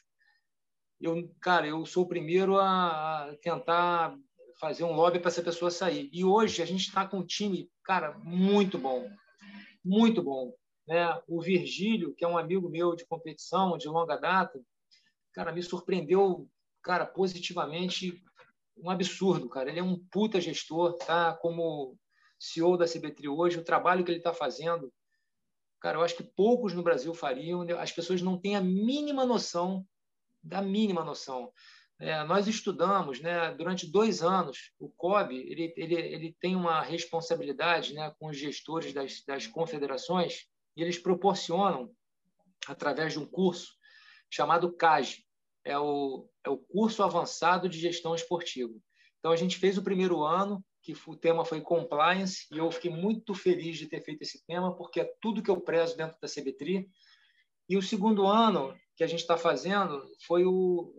B: eu sou o primeiro a tentar fazer um lobby para essa pessoa sair. E hoje a gente está com um time, cara, muito bom, muito bom. Né? O Virgílio, que é um amigo meu de competição, de longa data, cara, me surpreendeu, cara, positivamente, um absurdo, cara. Ele é um puta gestor, tá? Como CEO da CBTRI hoje, o trabalho que ele está fazendo, cara, eu acho que poucos no Brasil fariam. As pessoas não têm a mínima noção, da mínima noção. Nós estudamos, né, durante 2 anos, o COB ele tem uma responsabilidade, né, com os gestores das confederações, e eles proporcionam, através de um curso chamado CAGE, é o curso avançado de gestão esportiva. Então, a gente fez o primeiro ano, que o tema foi compliance, e eu fiquei muito feliz de ter feito esse tema, porque é tudo que eu prezo dentro da CBTRI. E o segundo ano que a gente está fazendo foi o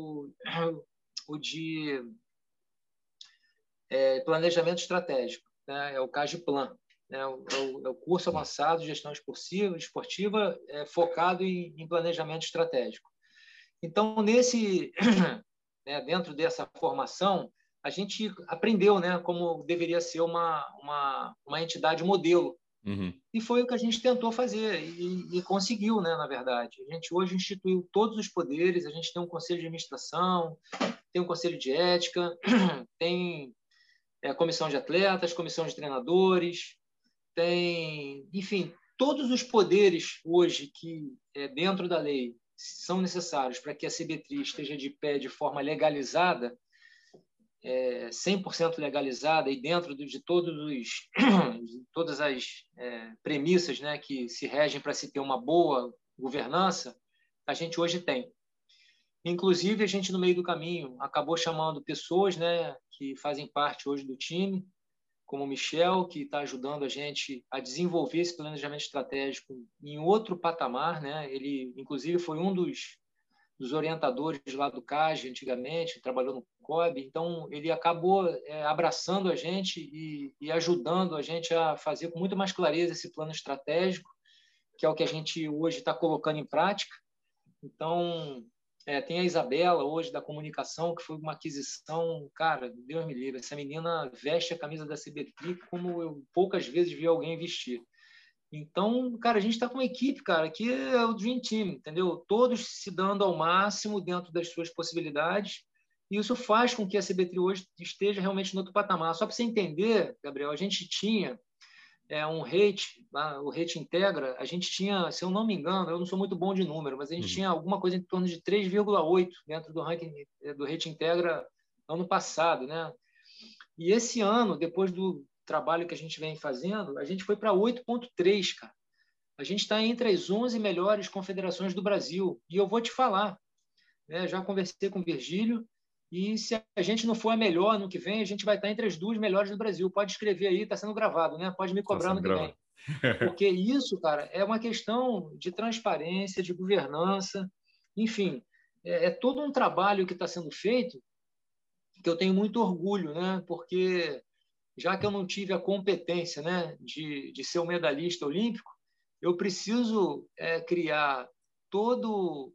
B: de planejamento estratégico, né? É o CAGEPlan, né? O curso avançado de gestão esportiva focado em planejamento estratégico. Então, dentro dessa formação, a gente aprendeu, né, como deveria ser uma entidade modelo. E foi o que a gente tentou fazer e conseguiu, né, na verdade. A gente hoje instituiu todos os poderes, a gente tem um conselho de administração, tem um conselho de ética, tem a comissão de atletas, comissão de treinadores, enfim, todos os poderes hoje que, dentro da lei, são necessários para que a CB3 esteja de pé de forma legalizada, 100% legalizada e dentro de todas as premissas, né, que se regem para se ter uma boa governança, a gente hoje tem. Inclusive, a gente, no meio do caminho, acabou chamando pessoas, né, que fazem parte hoje do time, como o Michel, que está ajudando a gente a desenvolver esse planejamento estratégico em outro patamar, né? Ele, inclusive, foi um dos orientadores lá do CAGE antigamente, trabalhou no COB, então ele acabou abraçando a gente e ajudando a gente a fazer com muito mais clareza esse plano estratégico, que é o que a gente hoje está colocando em prática. Então, tem a Isabela hoje da comunicação, que foi uma aquisição, cara, Deus me livre, essa menina veste a camisa da CB3 como eu poucas vezes vi alguém vestir. Então, cara, a gente está com uma equipe, cara, que é o Dream Team, entendeu? Todos se dando ao máximo dentro das suas possibilidades, e isso faz com que a CB3 hoje esteja realmente no outro patamar. Só para você entender, Gabriel, a gente tinha um rate, o Rate Integra, a gente tinha, se eu não me engano, eu não sou muito bom de número, mas a gente tinha alguma coisa em torno de 3,8 dentro do ranking do Rate Integra ano passado, né? E esse ano, depois do trabalho que a gente vem fazendo, a gente foi para 8,3, cara. A gente está entre as 11 melhores confederações do Brasil. E eu vou te falar, né? Já conversei com o Virgílio, e se a gente não for a melhor no que vem, a gente vai estar entre as 2 melhores do Brasil. Pode escrever aí, está sendo gravado, né? Pode me cobrar no que vem. Porque isso, cara, é uma questão de transparência, de governança, enfim, é todo um trabalho que está sendo feito que eu tenho muito orgulho, né? Porque já que eu não tive a competência, né, de ser um medalhista olímpico, eu preciso criar toda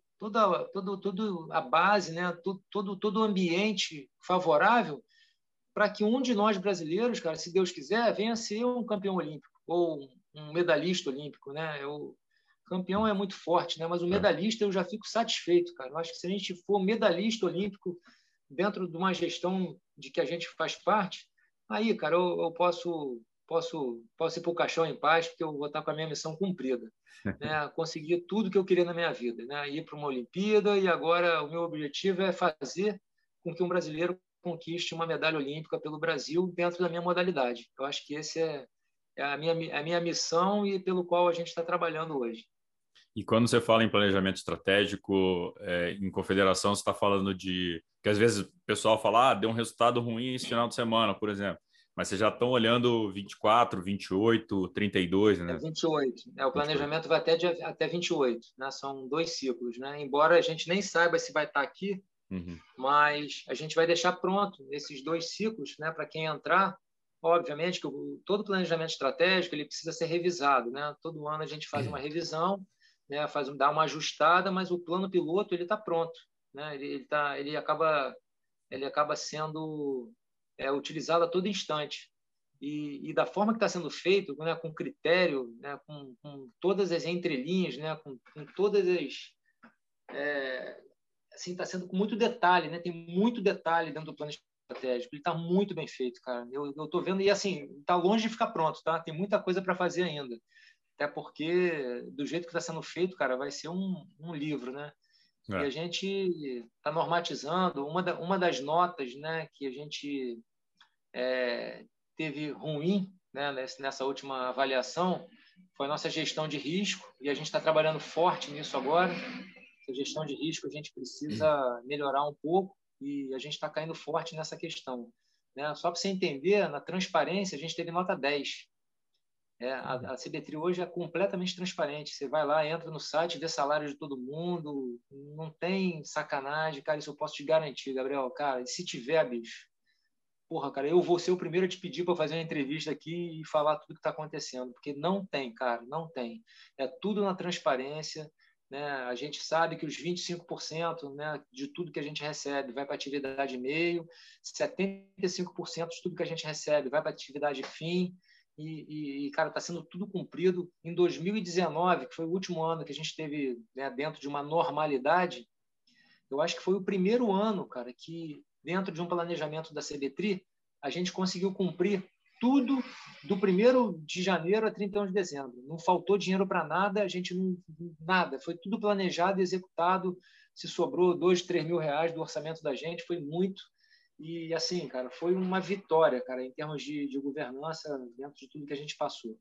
B: a base, né, todo o ambiente favorável para que um de nós brasileiros, cara, se Deus quiser, venha a ser um campeão olímpico ou um medalhista olímpico, né? O campeão é muito forte, né? Mas o medalhista eu já fico satisfeito, cara. Eu acho que se a gente for medalhista olímpico dentro de uma gestão de que a gente faz parte, aí, cara, eu posso ir para o caixão em paz, porque eu vou estar com a minha missão cumprida, né? Conseguir tudo que eu queria na minha vida, né? Ir para uma Olimpíada, e agora o meu objetivo é fazer com que um brasileiro conquiste uma medalha olímpica pelo Brasil dentro da minha modalidade. Eu acho que esse é a minha missão e pelo qual a gente está trabalhando hoje.
A: E quando você fala em planejamento estratégico, em confederação, você está falando de... que às vezes o pessoal fala, deu um resultado ruim esse final de semana, por exemplo. Mas vocês já estão olhando 24, 28, 32, né?
B: 28. O planejamento 28. Vai até 28, né? São 2 ciclos, né? Embora a gente nem saiba se vai estar aqui, mas a gente vai deixar pronto esses 2 ciclos, né? Para quem entrar. Obviamente que todo planejamento estratégico ele precisa ser revisado, né? Todo ano a gente faz uma revisão, né? Dá uma ajustada, mas o plano piloto ele está pronto, né? Ele acaba sendo utilizado a todo instante e da forma que está sendo feito, né? Com critério, né? Com todas as entrelinhas, né? Com todas as assim, está sendo com muito detalhe, né? Tem muito detalhe dentro do plano estratégico. Ele está muito bem feito, cara. Eu estou vendo e assim está longe de ficar pronto, tá? Tem muita coisa para fazer ainda. Até porque, do jeito que está sendo feito, cara, vai ser um livro, né? E a gente está normatizando. Uma das notas, né, que a gente teve ruim, né, nessa última avaliação foi a nossa gestão de risco, e a gente está trabalhando forte nisso agora. A gestão de risco a gente precisa melhorar um pouco e a gente está caindo forte nessa questão, né? Só para você entender, na transparência a gente teve nota 10. A CB3 hoje é completamente transparente. Você vai lá, entra no site, vê salário de todo mundo, não tem sacanagem, cara, isso eu posso te garantir, Gabriel, cara, e se tiver, bicho, porra, cara, eu vou ser o primeiro a te pedir para fazer uma entrevista aqui e falar tudo que está acontecendo, porque não tem, cara, não tem. É tudo na transparência, né? A gente sabe que os 25%, né, de tudo que a gente recebe vai para atividade meio, 75% de tudo que a gente recebe vai para atividade fim, e cara, está sendo tudo cumprido. Em 2019, que foi o último ano que a gente teve, né, dentro de uma normalidade, eu acho que foi o primeiro ano, cara, que dentro de um planejamento da CB3, a gente conseguiu cumprir tudo do 1º de janeiro a 31 de dezembro. Não faltou dinheiro para nada, a gente não... Nada. Foi tudo planejado e executado. Se sobrou 2, 3 mil reais do orçamento da gente, foi muito. E, assim, cara, foi uma vitória, cara, em termos de governança dentro de tudo que a gente passou.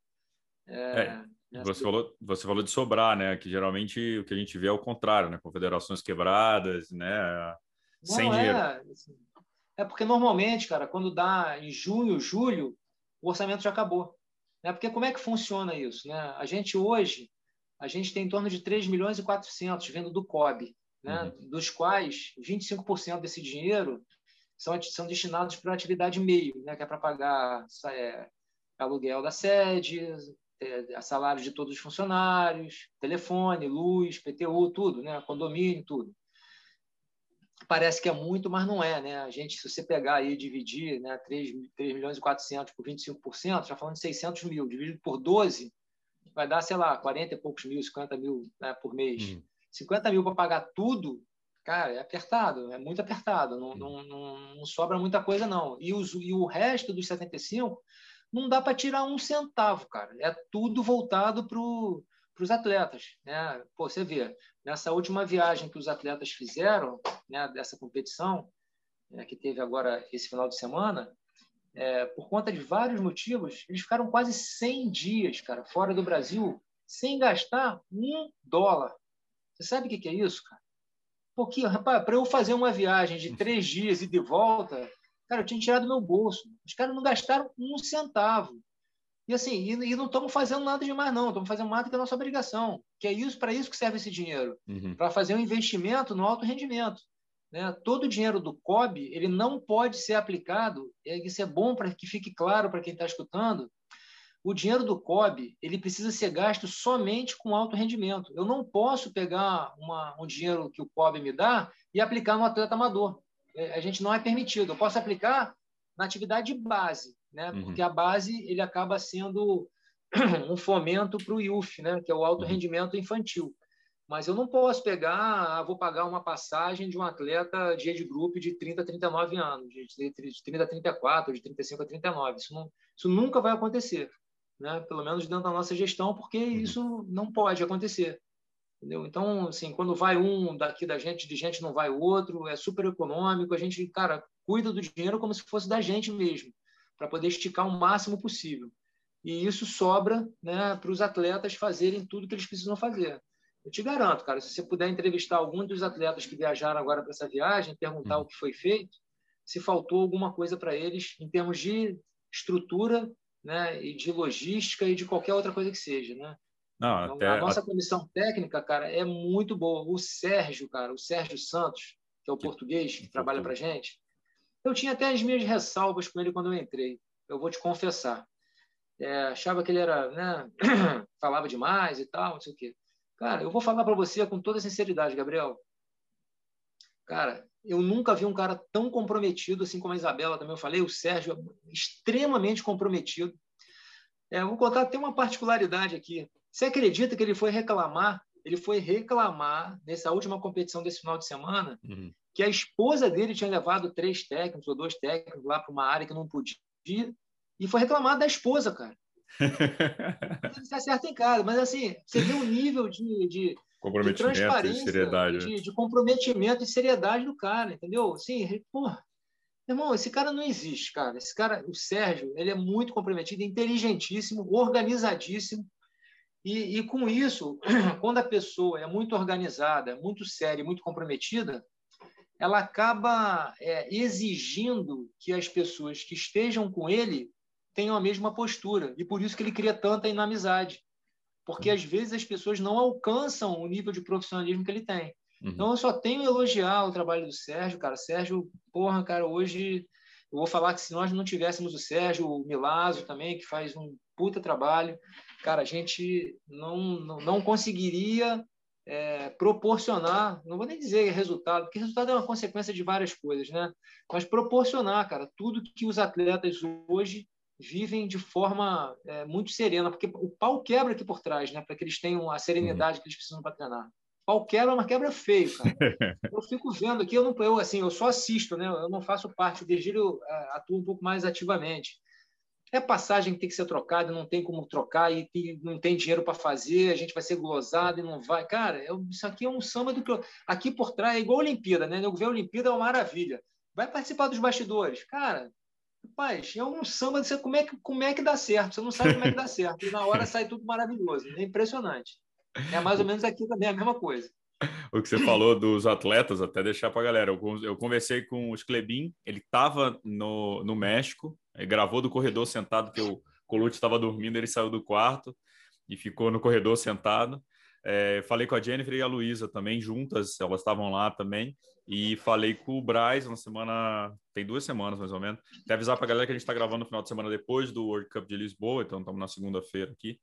A: Você falou de sobrar, né? Que geralmente o que a gente vê é o contrário, né? Confederações quebradas, né? Sem
B: Não,
A: dinheiro.
B: assim, porque normalmente, cara, quando dá em junho, julho, o orçamento já acabou. Né? Porque como é que funciona isso? Né? A gente hoje, a gente tem em torno de 3 milhões e 400 vindo do COB, né? Dos quais 25% desse dinheiro são destinados para a atividade meio, né? Que é para pagar aluguel da sede, salário de todos os funcionários, telefone, luz, PTU, tudo, né? Condomínio, tudo. Parece que é muito, mas não é, né? A gente, se você pegar aí e dividir, né, 3 milhões e 400 por 25%, já falando de 600 mil, dividido por 12, vai dar, sei lá, 40 e poucos mil, 50 mil, né, por mês. 50 mil para pagar tudo, cara, é apertado, é muito apertado, não sobra muita coisa, não. E o resto dos 75 não dá para tirar um centavo, cara. É tudo voltado para os atletas, né? Pô, você vê, nessa última viagem que os atletas fizeram, né, dessa competição, que teve agora esse final de semana, por conta de vários motivos, eles ficaram quase 100 dias, cara, fora do Brasil, sem gastar $1. Você sabe o que é isso, cara? Pouquinho, rapaz, para eu fazer uma viagem de 3 dias e de volta, cara, eu tinha tirado do meu bolso. Os caras não gastaram um centavo. E assim, e não estamos fazendo nada demais, não. Estamos fazendo mais do que a nossa obrigação. Que é isso, para isso que serve esse dinheiro. Para fazer um investimento no alto rendimento. Né? Todo o dinheiro do COB, ele não pode ser aplicado, isso é bom para que fique claro para quem está escutando, o dinheiro do COB, ele precisa ser gasto somente com alto rendimento. Eu não posso pegar um dinheiro que o COB me dá e aplicar no atleta amador. A gente não é permitido. Eu posso aplicar na atividade base, né? Porque a base ele acaba sendo um fomento para o IUF, né? Que é o alto rendimento infantil. Mas eu não posso pegar, vou pagar uma passagem de um atleta de age group de 30 a 39 anos, de 30 a 34, de 35 a 39. Isso nunca vai acontecer. Né? Pelo menos dentro da nossa gestão, porque isso não pode acontecer. Entendeu? Então, assim, quando vai um daqui da gente, de gente não vai o outro, é super econômico, a gente, cara, cuida do dinheiro como se fosse da gente mesmo, para poder esticar o máximo possível. E isso sobra, né, para os atletas fazerem tudo que eles precisam fazer. Eu te garanto, cara, se você puder entrevistar algum dos atletas que viajaram agora para essa viagem, perguntar o que foi feito, se faltou alguma coisa para eles em termos de estrutura, né, e de logística e de qualquer outra coisa que seja, né?
A: Não,
B: Então, a nossa comissão técnica, cara, é muito boa. O Sérgio Santos, que é o português que trabalha para a gente, eu tinha até as minhas ressalvas com ele quando eu entrei. Eu vou te confessar. Achava que ele era, né, falava demais e tal, não sei o quê. Cara, eu vou falar para você com toda sinceridade, Gabriel. Cara, eu nunca vi um cara tão comprometido, assim como a Isabela também eu falei, o Sérgio é extremamente comprometido. Vou contar até uma particularidade aqui. Você acredita que ele foi reclamar nessa última competição desse final de semana, que a esposa dele tinha levado 3 técnicos ou 2 técnicos lá para uma área que não podia, e foi reclamar da esposa, cara. Ele se acerta em casa, mas assim, você vê o nível de transparência,
A: e seriedade.
B: de comprometimento e seriedade do cara, entendeu? Assim, porra, irmão, esse cara não existe, cara. Esse cara, o Sérgio, ele é muito comprometido, inteligentíssimo, organizadíssimo. E com isso, quando a pessoa é muito organizada, muito séria, muito comprometida, ela acaba exigindo que as pessoas que estejam com ele tenham a mesma postura. E por isso que ele cria tanta inamizade. Porque, às vezes, as pessoas não alcançam o nível de profissionalismo que ele tem. Então, eu só tenho a elogiar o trabalho do Sérgio, cara. Sérgio, porra, cara, hoje eu vou falar que se nós não tivéssemos o Sérgio, o Milazzo também, que faz um puta trabalho, cara, a gente não conseguiria proporcionar, não vou nem dizer resultado, porque resultado é uma consequência de várias coisas, né? Mas proporcionar, cara, tudo que os atletas hoje vivem de forma muito serena, porque o pau quebra aqui por trás, né? Para que eles tenham a serenidade que eles precisam para treinar. O pau quebra, mas quebra feio, cara. Eu fico vendo aqui, eu só assisto, né? Eu não faço parte, o Virgílio atua um pouco mais ativamente. É passagem que tem que ser trocada, não tem como trocar e não tem dinheiro para fazer, a gente vai ser glosado e não vai. Cara, isso aqui é um samba do que... Aqui por trás é igual a Olimpíada, né? Eu ver a Olimpíada é uma maravilha. Vai participar dos bastidores. Cara, rapaz, é um samba, como é que dá certo? Você não sabe como é que dá certo. E na hora sai tudo maravilhoso. É impressionante. É mais ou menos aqui também a mesma coisa.
A: O que você falou dos atletas, até deixar para a galera. Eu conversei com o Sclebin, ele estava no México, gravou do corredor sentado, que o Colucci estava dormindo, ele saiu do quarto e ficou no corredor sentado. Falei com a Jennifer e a Luísa também, juntas, elas estavam lá também. E falei com o Braz uma semana, tem 2 semanas mais ou menos. Até avisar para a galera que a gente está gravando no final de semana depois do World Cup de Lisboa, então estamos na segunda-feira aqui.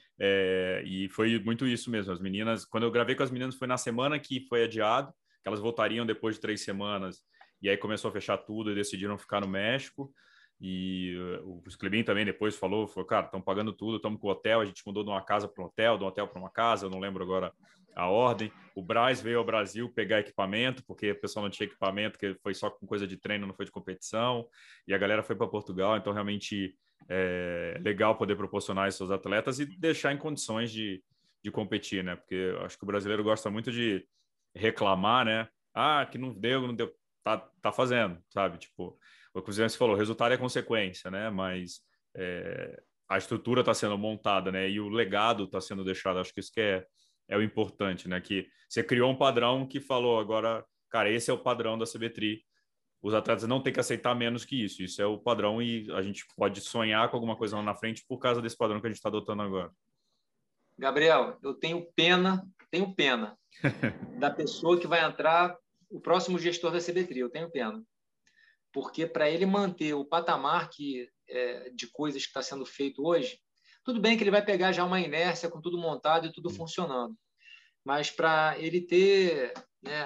A: E foi muito isso mesmo. As meninas, quando eu gravei com as meninas, foi na semana que foi adiado, que elas voltariam depois de 3 semanas. E aí começou a fechar tudo e decidiram ficar no México. E o Sclebin também depois falou, cara, estão pagando tudo, estamos com o hotel, a gente mudou de uma casa para um hotel, de um hotel para uma casa, eu não lembro agora a ordem. O Braz veio ao Brasil pegar equipamento, porque o pessoal não tinha equipamento, que foi só com coisa de treino, não foi de competição. E a galera foi para Portugal, então realmente é legal poder proporcionar isso aos atletas e deixar em condições de competir, né? Porque eu acho que o brasileiro gosta muito de reclamar, né? Que não deu, tá fazendo, sabe? Tipo, o que você falou, o resultado é consequência, né? Mas a estrutura está sendo montada, né? E o legado está sendo deixado. Acho que isso que é o importante, né? Que você criou um padrão que falou agora, cara, esse é o padrão da CBTRI. Os atletas não têm que aceitar menos que isso. Isso é o padrão e a gente pode sonhar com alguma coisa lá na frente por causa desse padrão que a gente está adotando agora.
B: Gabriel, eu tenho pena da pessoa que vai entrar, o próximo gestor da CBTRI, eu tenho pena. Porque para ele manter o patamar de coisas que está sendo feito hoje, tudo bem que ele vai pegar já uma inércia com tudo montado e tudo funcionando, mas para ele ter, né,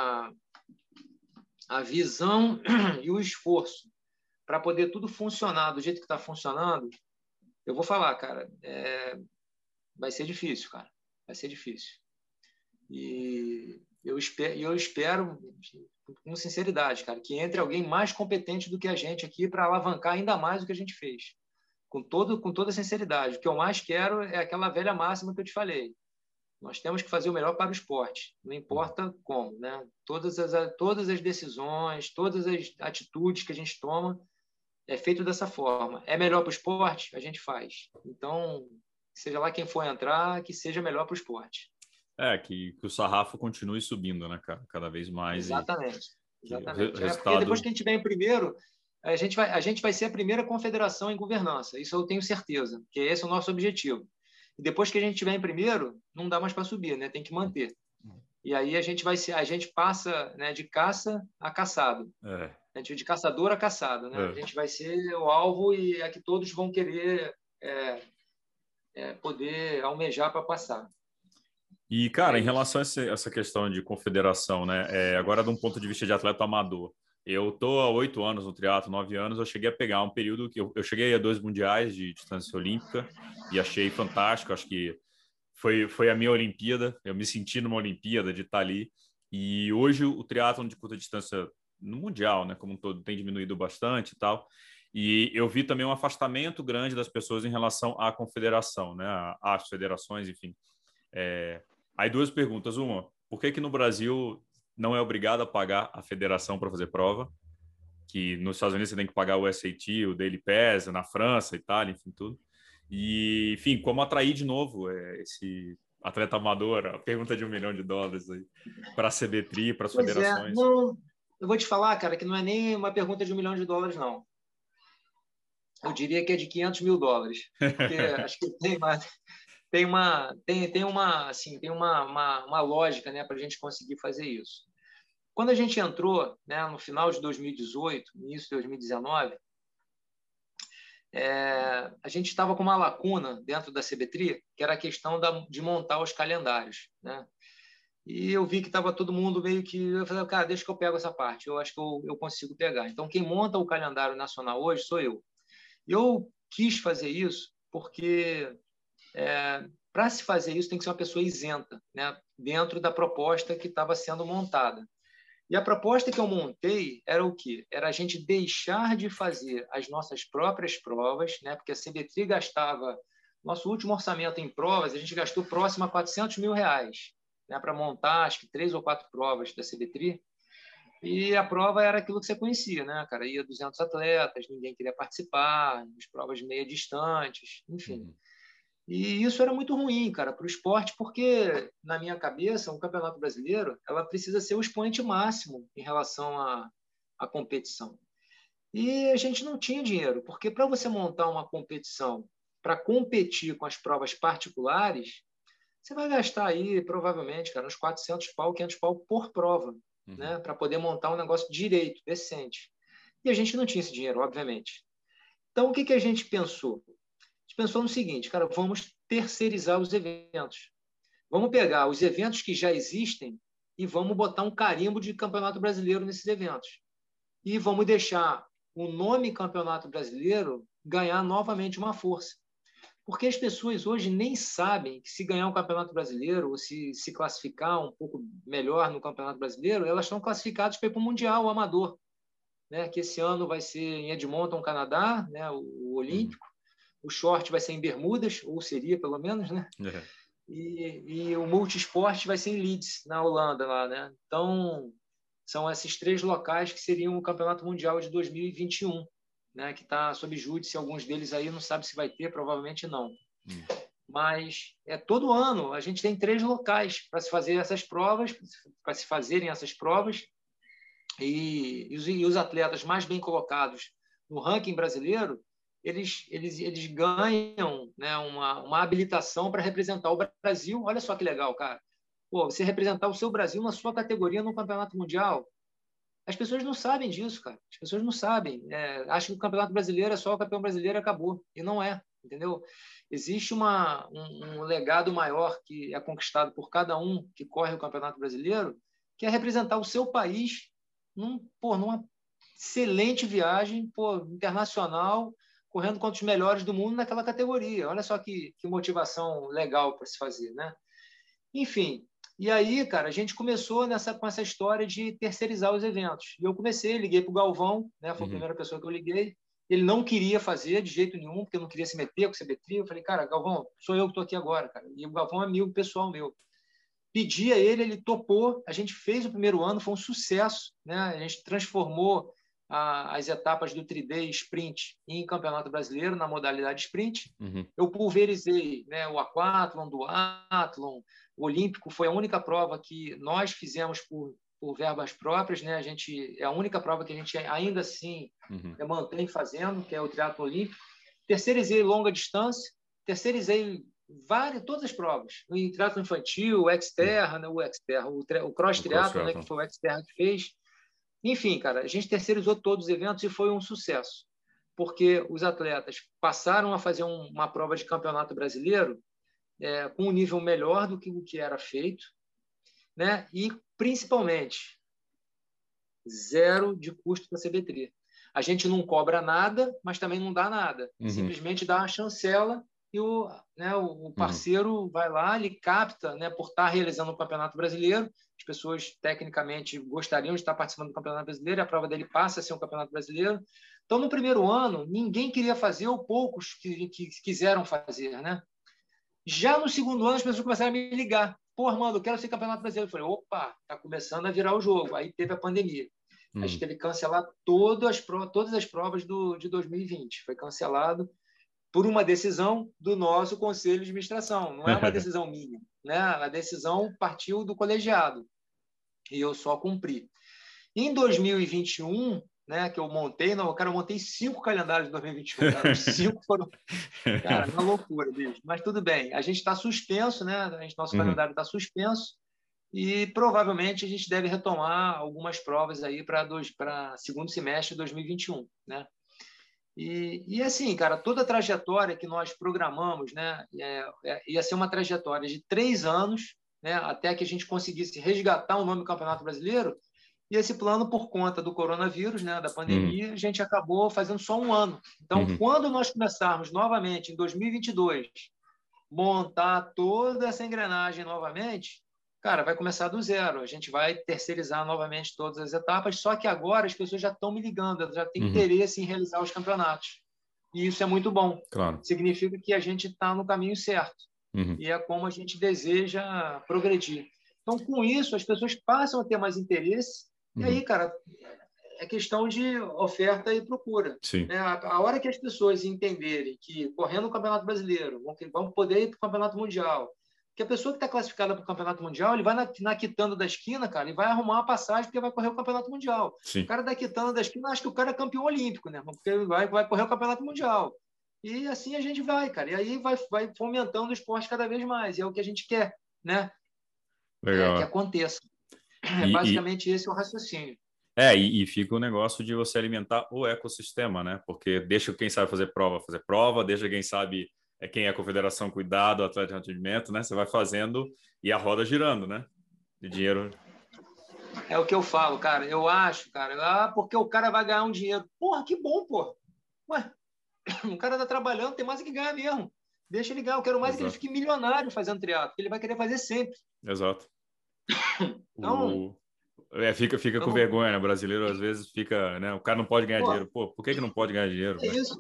B: a visão e o esforço para poder tudo funcionar do jeito que está funcionando, eu vou falar, cara, vai ser difícil, cara. Vai ser difícil. E eu espero, com sinceridade, cara, que entre alguém mais competente do que a gente aqui para alavancar ainda mais o que a gente fez. Com toda sinceridade. O que eu mais quero é aquela velha máxima que eu te falei. Nós temos que fazer o melhor para o esporte, não importa como, né? Todas as decisões, todas as atitudes que a gente toma é feito dessa forma. É melhor para o esporte? A gente faz. Então, seja lá quem for entrar, que seja melhor para o esporte.
A: Que o sarrafo continue subindo, né, cara? Cada vez mais.
B: Exatamente. Exatamente.
A: Resultado...
B: Porque depois que a gente estiver em primeiro, a gente vai ser a primeira confederação em governança. Isso eu tenho certeza, que esse é o nosso objetivo. E depois que a gente estiver em primeiro, não dá mais para subir, né? Tem que manter. E aí a gente passa, né, de caça a caçado. De caçador a caçado, né? A gente vai ser o alvo e é que todos vão querer poder almejar para passar.
A: E, cara, em relação a essa questão de confederação, né? Agora, de um ponto de vista de atleta amador, eu tô há 8 anos no triatlo, 9 anos, eu cheguei a pegar um período que eu cheguei a 2 mundiais de distância olímpica e achei fantástico, acho que foi a minha Olimpíada, eu me senti numa Olimpíada de estar ali, e hoje o triatlon de curta distância no mundial, né, como um todo, tem diminuído bastante e tal, e eu vi também um afastamento grande das pessoas em relação à confederação, né, às federações, enfim. Aí 2 perguntas, uma, por que no Brasil não é obrigado a pagar a federação para fazer prova? Que nos Estados Unidos você tem que pagar o SAT, o Daily Pass, na França, Itália, enfim, tudo. E, enfim, como atrair de novo esse atleta amador, a pergunta de $1 milhão aí, para a CBTRI, para as federações?
B: Não, eu vou te falar, cara, que não é nem uma pergunta de $1 milhão, não. Eu diria que é de $500 mil, porque acho que tem uma lógica, né, para a gente conseguir fazer isso. Quando a gente entrou, né, no final de 2018, início de 2019, a gente estava com uma lacuna dentro da CBTRI, que era a questão de montar os calendários, né? E eu vi que estava todo mundo meio que... Eu falei, cara, deixa que eu pego essa parte, eu acho que eu consigo pegar. Então, quem monta o calendário nacional hoje sou eu. E eu quis fazer isso porque, para se fazer isso, tem que ser uma pessoa isenta, né, dentro da proposta que estava sendo montada. E a proposta que eu montei era o quê? Era a gente deixar de fazer as nossas próprias provas, né? Porque a CBTRI gastava, nosso último orçamento em provas, a gente gastou próximo a R$400 mil, né? Para montar, acho que 3 ou 4 provas da CBTRI. E a prova era aquilo que você conhecia, né, cara? Ia 200 atletas, ninguém queria participar, as provas meio distantes, enfim. E isso era muito ruim, cara, para o esporte, porque, na minha cabeça, o Campeonato Brasileiro ela precisa ser o expoente máximo em relação à competição. E a gente não tinha dinheiro, porque para você montar uma competição para competir com as provas particulares, você vai gastar aí, provavelmente, cara, uns 400 pau, 500 pau por prova, né, para poder montar um negócio direito, decente. E a gente não tinha esse dinheiro, obviamente. Então, o que a gente pensou? A gente pensou no seguinte, cara, vamos terceirizar os eventos. Vamos pegar os eventos que já existem e vamos botar um carimbo de Campeonato Brasileiro nesses eventos. E vamos deixar o nome Campeonato Brasileiro ganhar novamente uma força. Porque as pessoas hoje nem sabem que se ganhar um Campeonato Brasileiro ou se classificar um pouco melhor no Campeonato Brasileiro, elas estão classificadas para ir para o Mundial, o Amador, né? Que esse ano vai ser em Edmonton, Canadá, né? O Olímpico. O short vai ser em Bermudas, ou seria pelo menos, né? E o multisport vai ser em Leeds, na Holanda, lá, né? Então, são esses 3 locais que seriam o Campeonato Mundial de 2021. Né, que está sob júdice, alguns deles aí não sabe se vai ter, provavelmente não. Mas todo ano a gente tem 3 locais para se fazer essas provas, para se fazerem essas provas, e os atletas mais bem colocados no ranking brasileiro, eles ganham, né, uma habilitação para representar o Brasil. Olha só que legal, cara. Pô, você representar o seu Brasil na sua categoria no Campeonato Mundial. As pessoas não sabem disso, cara. As pessoas não sabem. Acham que o Campeonato Brasileiro é só o campeão brasileiro e acabou. E não é, entendeu? Existe um legado maior que é conquistado por cada um que corre o Campeonato Brasileiro, que é representar o seu país numa excelente viagem internacional, correndo contra os melhores do mundo naquela categoria. Olha só que motivação legal para se fazer, né? Enfim, e aí, cara, a gente começou com essa história de terceirizar os eventos. E eu liguei para o Galvão, né? Foi a primeira pessoa que eu liguei. Ele não queria fazer de jeito nenhum, porque eu não queria se meter com o CBTRI. Eu falei, cara, Galvão, sou eu que estou aqui agora, cara. E o Galvão é amigo pessoal meu. Pedi a ele topou. A gente fez o primeiro ano, foi um sucesso, né? A gente transformou as etapas do 3D Sprint em Campeonato Brasileiro, na modalidade Sprint. Eu pulverizei, né, o aquatlon, duatlon, o Olímpico. Foi a única prova que nós fizemos por verbas próprias, né? É a única prova que a gente ainda assim mantém fazendo, que é o triatlo olímpico. Terceirizei longa distância, terceirizei todas as provas. O triatlo infantil, o Xterra, né? O cross triatlo, né? Que foi o Xterra que fez. Enfim, cara, a gente terceirizou todos os eventos e foi um sucesso, porque os atletas passaram a fazer uma prova de campeonato brasileiro com um nível melhor do que o que era feito, né? E, principalmente, 0 de custo para a CBTRI. A gente não cobra nada, mas também não dá nada. Simplesmente dá uma chancela e o parceiro vai lá, ele capta, né, por estar realizando o Campeonato Brasileiro. As pessoas, tecnicamente, gostariam de estar participando do Campeonato Brasileiro, e a prova dele passa a ser um Campeonato Brasileiro. Então, no primeiro ano, ninguém queria fazer, ou poucos que quiseram fazer, né? Já no segundo ano, as pessoas começaram a me ligar. Pô, Armando, eu quero ser Campeonato Brasileiro. Eu falei, opa, está começando a virar o jogo. Aí teve a pandemia. A gente teve que cancelar todas as provas de 2020. Foi cancelado por uma decisão do nosso Conselho de Administração. Não é uma decisão minha, né? A decisão partiu do colegiado e eu só cumpri. Em 2021, né, que eu montei, eu montei 5 calendários de 2021. Cara, os 5 foram... Cara, uma loucura, bicho. Mas tudo bem. A gente está suspenso, né? Nosso calendário está suspenso e provavelmente a gente deve retomar algumas provas aí para segundo semestre de 2021, né? E assim, cara, toda a trajetória que nós programamos, né, ia ser uma trajetória de 3 anos, né, até que a gente conseguisse resgatar o nome do Campeonato Brasileiro. E esse plano, por conta do coronavírus, né, da pandemia, a gente acabou fazendo só 1 ano. Então, quando nós começarmos novamente, em 2022, montar toda essa engrenagem novamente, cara, vai começar do zero. A gente vai terceirizar novamente todas as etapas, só que agora as pessoas já estão me ligando, elas já têm interesse em realizar os campeonatos. E isso é muito bom.
A: Claro.
B: Significa que a gente está no caminho certo. E é como a gente deseja progredir. Então, com isso, as pessoas passam a ter mais interesse. E aí, cara, é questão de oferta e procura.
A: Sim.
B: Né? A hora que as pessoas entenderem que correndo o Campeonato Brasileiro, vão poder ir para o Campeonato Mundial, que a pessoa que está classificada para o Campeonato Mundial, ele vai na quitanda da esquina, cara, e vai arrumar uma passagem porque vai correr o Campeonato Mundial.
A: Sim.
B: O cara da quitanda da esquina acha que o cara é campeão olímpico, né? Porque ele vai correr o Campeonato Mundial. E assim a gente vai, cara. E aí vai fomentando o esporte cada vez mais. E é o que a gente quer, né?
A: Legal.
B: Que aconteça. Basicamente esse é o raciocínio.
A: E fica o negócio de você alimentar o ecossistema, né? Porque deixa quem sabe fazer prova, deixa quem sabe quem é a confederação cuidar do atleta de atendimento, né? Você vai fazendo e a roda girando, né? De dinheiro.
B: É o que eu falo, cara. Eu acho, cara, porque o cara vai ganhar um dinheiro. Porra, que bom, porra. Ué, o cara tá trabalhando, tem mais que ganhar mesmo. Deixa ele ganhar. Eu quero mais que ele fique milionário fazendo triatlo, que ele vai querer fazer sempre.
A: Exato.
B: Então...
A: Fica com vergonha, né? O brasileiro às vezes fica, né? O cara não pode ganhar dinheiro. Pô, por que não pode ganhar dinheiro?
B: É isso.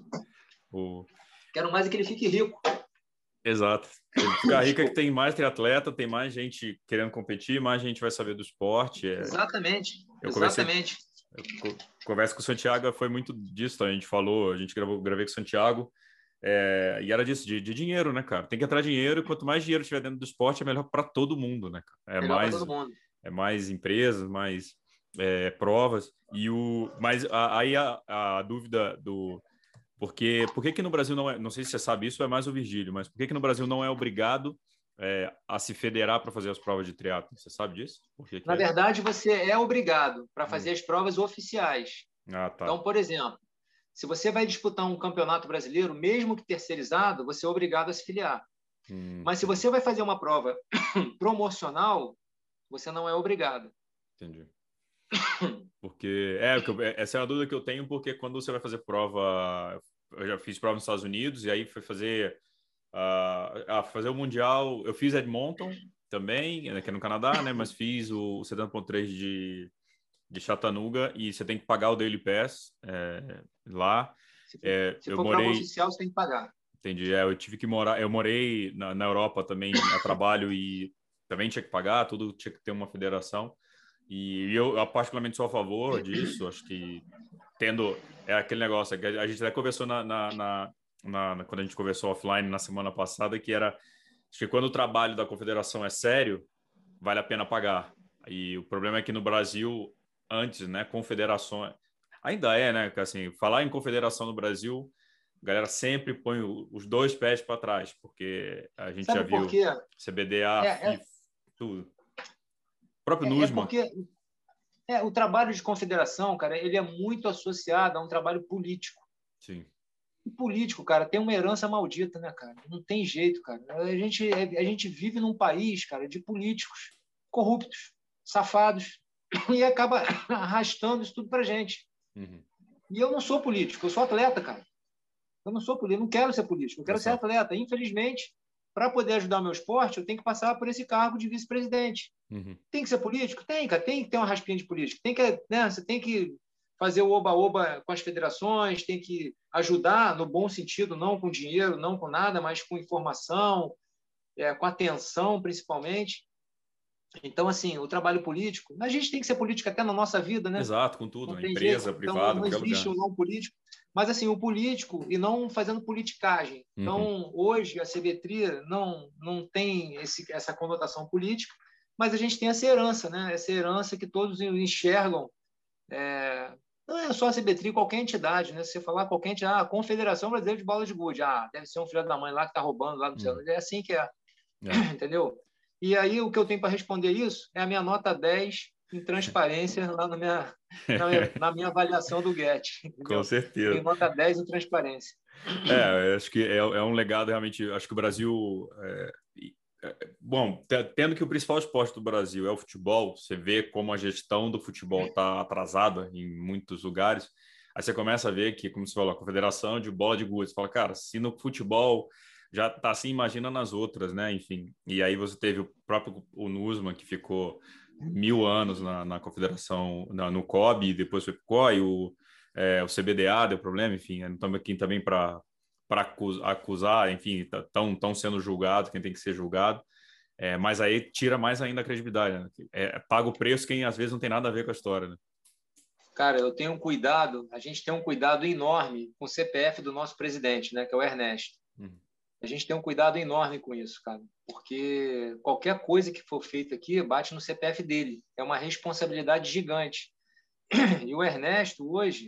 B: Quero mais que ele fique rico.
A: Exato. Se ele ficar rico é que tem mais triatleta, tem mais gente querendo competir, mais gente vai saber do esporte.
B: Exatamente.
A: Eu converso com o Santiago, foi muito disso, a gente falou, gravei com o Santiago, e era disso, de dinheiro, né, cara? Tem que entrar dinheiro, e quanto mais dinheiro tiver dentro do esporte, é melhor para todo mundo, né, cara?
B: Melhor para todo mundo.
A: É mais empresas, mais provas. Mas aí a dúvida do... Por que no Brasil não é... Não sei se você sabe isso, é mais o Virgílio, mas por que no Brasil não é obrigado a se federar para fazer as provas de triatlo? Você sabe disso?
B: Na verdade, você é obrigado para fazer as provas oficiais.
A: Ah, tá.
B: Então, por exemplo, se você vai disputar um campeonato brasileiro, mesmo que terceirizado, você é obrigado a se filiar. Mas se você vai fazer uma prova promocional, você não é obrigado.
A: Entendi. Porque essa é uma dúvida que eu tenho, porque quando você vai fazer prova, eu já fiz prova nos Estados Unidos e aí foi fazer o Mundial, eu fiz Edmonton também, que é no Canadá, né? Mas fiz o 70.3 de Chattanooga e você tem que pagar o Daily Pass lá.
B: Se for prova oficial, você tem que pagar.
A: Entendi. Eu tive que morar, eu morei na Europa também a trabalho e também tinha que pagar, tudo tinha que ter uma federação. E eu particularmente sou a favor disso. Acho que tendo aquele negócio que a gente até conversou quando a gente conversou offline na semana passada, que era acho que quando o trabalho da confederação é sério, vale a pena pagar. E o problema é que no Brasil, antes, né, confederações ainda né, assim, falar em confederação no Brasil, a galera sempre põe os dois pés para trás, porque a gente já viu CBDA, FIFA, tudo. O próprio NUSMA.
B: Porque o trabalho de confederação, cara, ele é muito associado a um trabalho político.
A: Sim.
B: O político, cara, tem uma herança maldita, né, cara? Não tem jeito, cara. A gente vive num país, cara, de políticos corruptos, safados, e acaba arrastando isso tudo pra gente. E eu não sou político, eu sou atleta, cara. Eu não sou político, eu não quero ser político, eu quero ser atleta. Infelizmente, para poder ajudar o meu esporte, eu tenho que passar por esse cargo de vice-presidente. Tem que ser político? Tem, cara. Tem que ter uma raspinha de político. Você tem que fazer o oba-oba com as federações, tem que ajudar no bom sentido, não com dinheiro, não com nada, mas com informação, com atenção, principalmente. Então, assim, o trabalho político, a gente tem que ser político até na nossa vida, né?
A: Exato, com tudo, na empresa, privada,
B: não existe o não político, mas assim, o político e não fazendo politicagem. Então, hoje a CBTRI não tem essa conotação política, mas a gente tem essa herança, né? Essa herança que todos enxergam. Não é só a CBTRI, qualquer entidade, né? Se você falar qualquer entidade, a Confederação Brasileira de Bola de Gude, deve ser um filho da mãe lá que está roubando lá no céu. É assim que é. Entendeu? E aí o que eu tenho para responder isso é a minha nota 10 em transparência lá na minha avaliação do Get.
A: Com certeza.
B: Tem nota 10 em transparência.
A: Acho que é um legado realmente. Acho que o Brasil... Bom, tendo que o principal esporte do Brasil é o futebol, você vê como a gestão do futebol está atrasada em muitos lugares. Aí você começa a ver que, como você falou, a Confederação de Bola de Gude, você fala, cara, se no futebol já está assim, imagina nas outras, né? Enfim, e aí você teve o próprio o Nussmann, que ficou 1000 anos na confederação, no COB, e depois foi para o COI, o CBDA deu problema, enfim, estamos aqui também para acusar, enfim, estão sendo julgados quem tem que ser julgado, mas aí tira mais ainda a credibilidade, né? Paga o preço quem às vezes não tem nada a ver com a história, né?
B: Cara, eu tenho um cuidado, a gente tem um cuidado enorme com o CPF do nosso presidente, né, que é o Ernesto. A gente tem um cuidado enorme com isso, cara, porque qualquer coisa que for feita aqui bate no CPF dele. É uma responsabilidade gigante. E o Ernesto, hoje,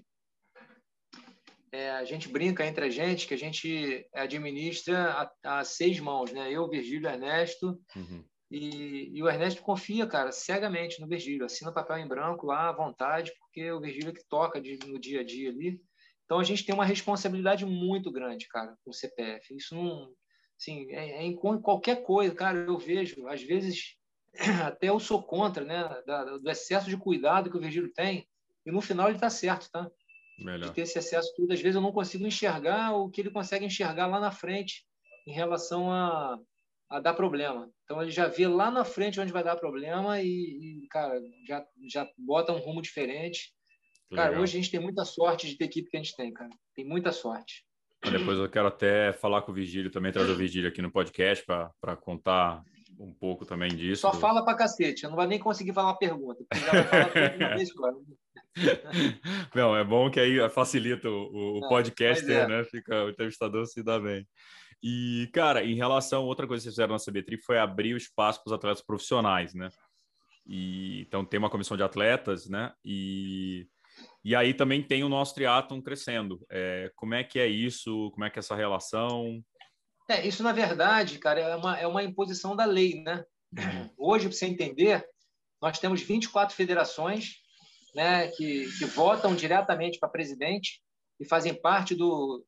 B: a gente brinca entre a gente que a gente administra a 6 mãos, né? Eu, Virgílio, Ernesto, e o Ernesto confia, cara, cegamente no Virgílio. Assina papel em branco lá à vontade, porque o Virgílio é que toca no dia a dia ali. Então, a gente tem uma responsabilidade muito grande, cara, com o CPF. Isso não... Assim, em qualquer coisa, cara, eu vejo, às vezes, até eu sou contra, né, do excesso de cuidado que o Virgílio tem, e no final ele está certo, tá?
A: Melhor.
B: De ter esse acesso tudo. Às vezes eu não consigo enxergar o que ele consegue enxergar lá na frente em relação a dar problema. Então, ele já vê lá na frente onde vai dar problema cara, já bota um rumo diferente. Cara,
A: Legal.
B: hoje a gente tem muita sorte de ter equipe que a gente tem, cara. Tem muita sorte.
A: Depois eu quero até falar com o Virgílio, também trazer o Virgílio aqui no podcast para contar um pouco também disso.
B: Só fala pra cacete, eu não vai nem conseguir falar uma pergunta, porque já vai falar tudo uma vez só.
A: Não, é bom que aí facilita o podcaster, né? Fica, o entrevistador se dá bem. E, cara, em relação a outra coisa que vocês fizeram na CBTRI foi abrir o espaço para os atletas profissionais, né? Então tem uma comissão de atletas, né? E aí também tem o nosso triatlon crescendo. Como é que é isso? Como é que é essa relação?
B: Isso, na verdade, cara, é uma imposição da lei, né? Hoje, para você entender, nós temos 24 federações, né, que votam diretamente para presidente e fazem parte do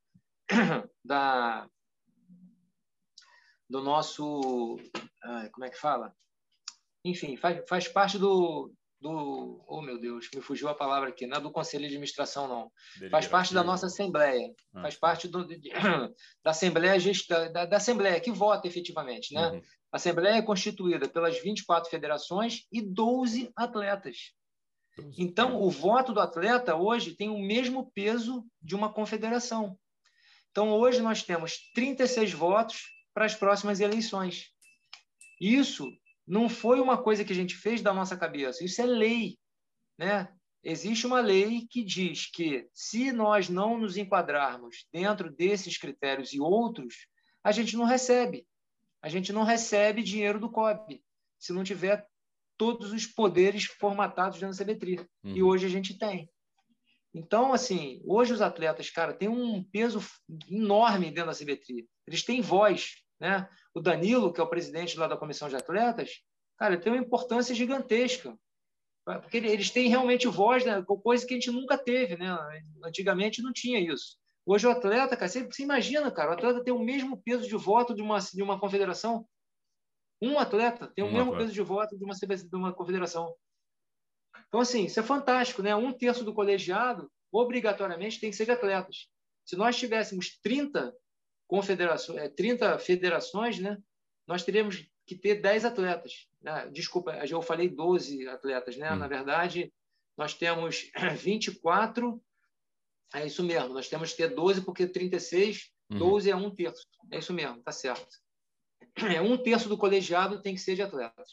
B: nosso... como é que fala? Enfim, faz parte oh, meu Deus, me fugiu a palavra aqui, não é do Conselho de Administração, não. Faz parte da nossa Assembleia, faz parte da Assembleia, da Assembleia, que vota efetivamente, né? A Assembleia é constituída pelas 24 federações e 12 atletas. Então, o voto do atleta hoje tem o mesmo peso de uma confederação. Então, hoje nós temos 36 votos para as próximas eleições. Isso não foi uma coisa que a gente fez da nossa cabeça, isso é lei, né? Existe uma lei que diz que, se nós não nos enquadrarmos dentro desses critérios e outros, a gente não recebe. A gente não recebe dinheiro do COB, se não tiver todos os poderes formatados dentro da CBTRI. E hoje a gente tem. Então, assim, hoje os atletas, cara, têm um peso enorme dentro da CBTRI. Eles têm voz, né? O Danilo, que é o presidente lá da comissão de atletas, cara, ele tem uma importância gigantesca, porque eles têm realmente voz, né? Coisa que a gente nunca teve, né? Antigamente não tinha isso. Hoje o atleta, cara, você imagina, cara, o atleta tem o mesmo peso de voto de uma confederação. Um atleta tem o mesmo peso de voto de uma confederação. Então, assim, isso é fantástico, né? 1/3 do colegiado, obrigatoriamente, tem que ser de atletas. Se nós tivéssemos 30 federações, né? Nós teríamos que ter 10 atletas. Né? Desculpa, eu falei 12 atletas, né? Na verdade, nós temos 24, é isso mesmo, nós temos que ter 12, porque 36, 12 é 1/3. É isso mesmo, tá certo. 1/3 do colegiado tem que ser de atletas.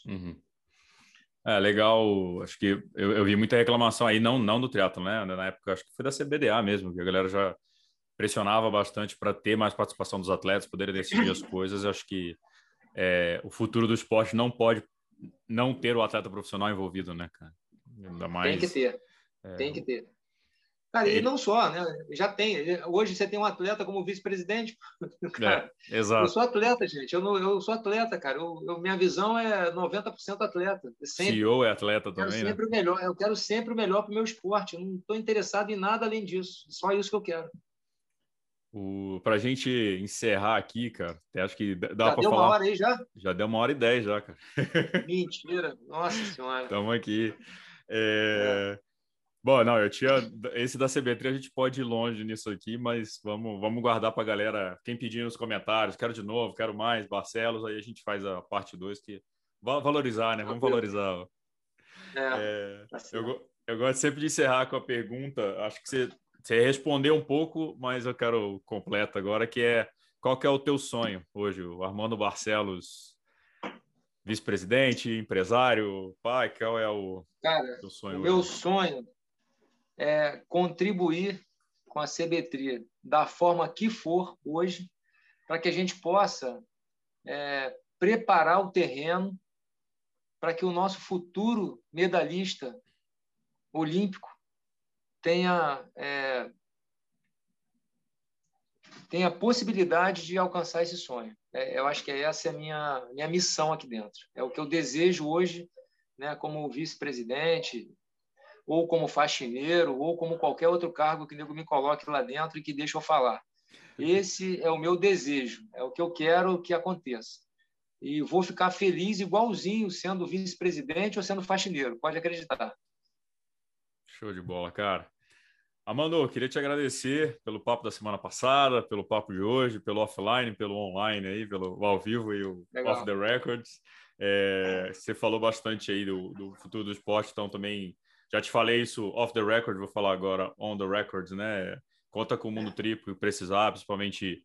A: Legal, acho que eu vi muita reclamação aí, não do triatlo, né? Na época, acho que foi da CBDA mesmo, que a galera já pressionava bastante para ter mais participação dos atletas, poderem decidir as coisas. Eu acho que o futuro do esporte não pode não ter o atleta profissional envolvido, né, cara? Ainda mais...
B: Tem que ter, tem que ter. Cara, e não só, né? Já tem. Hoje você tem um atleta como vice-presidente.
A: Exato.
B: Eu sou atleta, gente. Eu sou atleta, cara. Minha visão é 90% atleta.
A: CEO é atleta também,
B: sempre, né? O melhor. Eu quero sempre o melhor para o meu esporte. Eu não estou interessado em nada além disso. Só isso que eu quero.
A: Para a gente encerrar aqui, cara, acho que dá para falar.
B: Já deu 1h aí já?
A: Já deu 1h10 já, cara.
B: Mentira. Nossa Senhora.
A: Estamos aqui. Bom, não, eu tinha esse da CB3, a gente pode ir longe nisso aqui, mas vamos guardar para a galera. Quem pedir nos comentários, quero de novo, quero mais, Barcelos, aí a gente faz a parte 2 que valorizar, né? Vamos valorizar.
B: Tá certo.
A: Eu gosto sempre de encerrar com a pergunta, acho que você respondeu um pouco, mas eu quero completo agora, que é qual que é o teu sonho hoje? O Armando Barcelos, vice-presidente, empresário, pai, qual é o
B: Cara,
A: teu
B: o
A: sonho
B: meu
A: hoje?
B: sonho é contribuir com a CB3 da forma que for hoje, para que a gente possa preparar o terreno para que o nosso futuro medalhista olímpico tenha a possibilidade de alcançar esse sonho. Eu acho que essa é a minha missão aqui dentro. É o que eu desejo hoje, né, como vice-presidente, ou como faxineiro, ou como qualquer outro cargo que o nego me coloque lá dentro e que deixe eu falar. Esse é o meu desejo, é o que eu quero que aconteça. E vou ficar feliz igualzinho sendo vice-presidente ou sendo faxineiro, pode acreditar.
A: Show de bola, cara. Amando, queria te agradecer pelo papo da semana passada, pelo papo de hoje, pelo offline, pelo online aí, pelo ao vivo e o off
B: Legal.
A: the records. Você falou bastante aí do futuro do esporte, então também já te falei isso off the record, vou falar agora on the records, né? Conta com o mundo triplo que precisar, principalmente.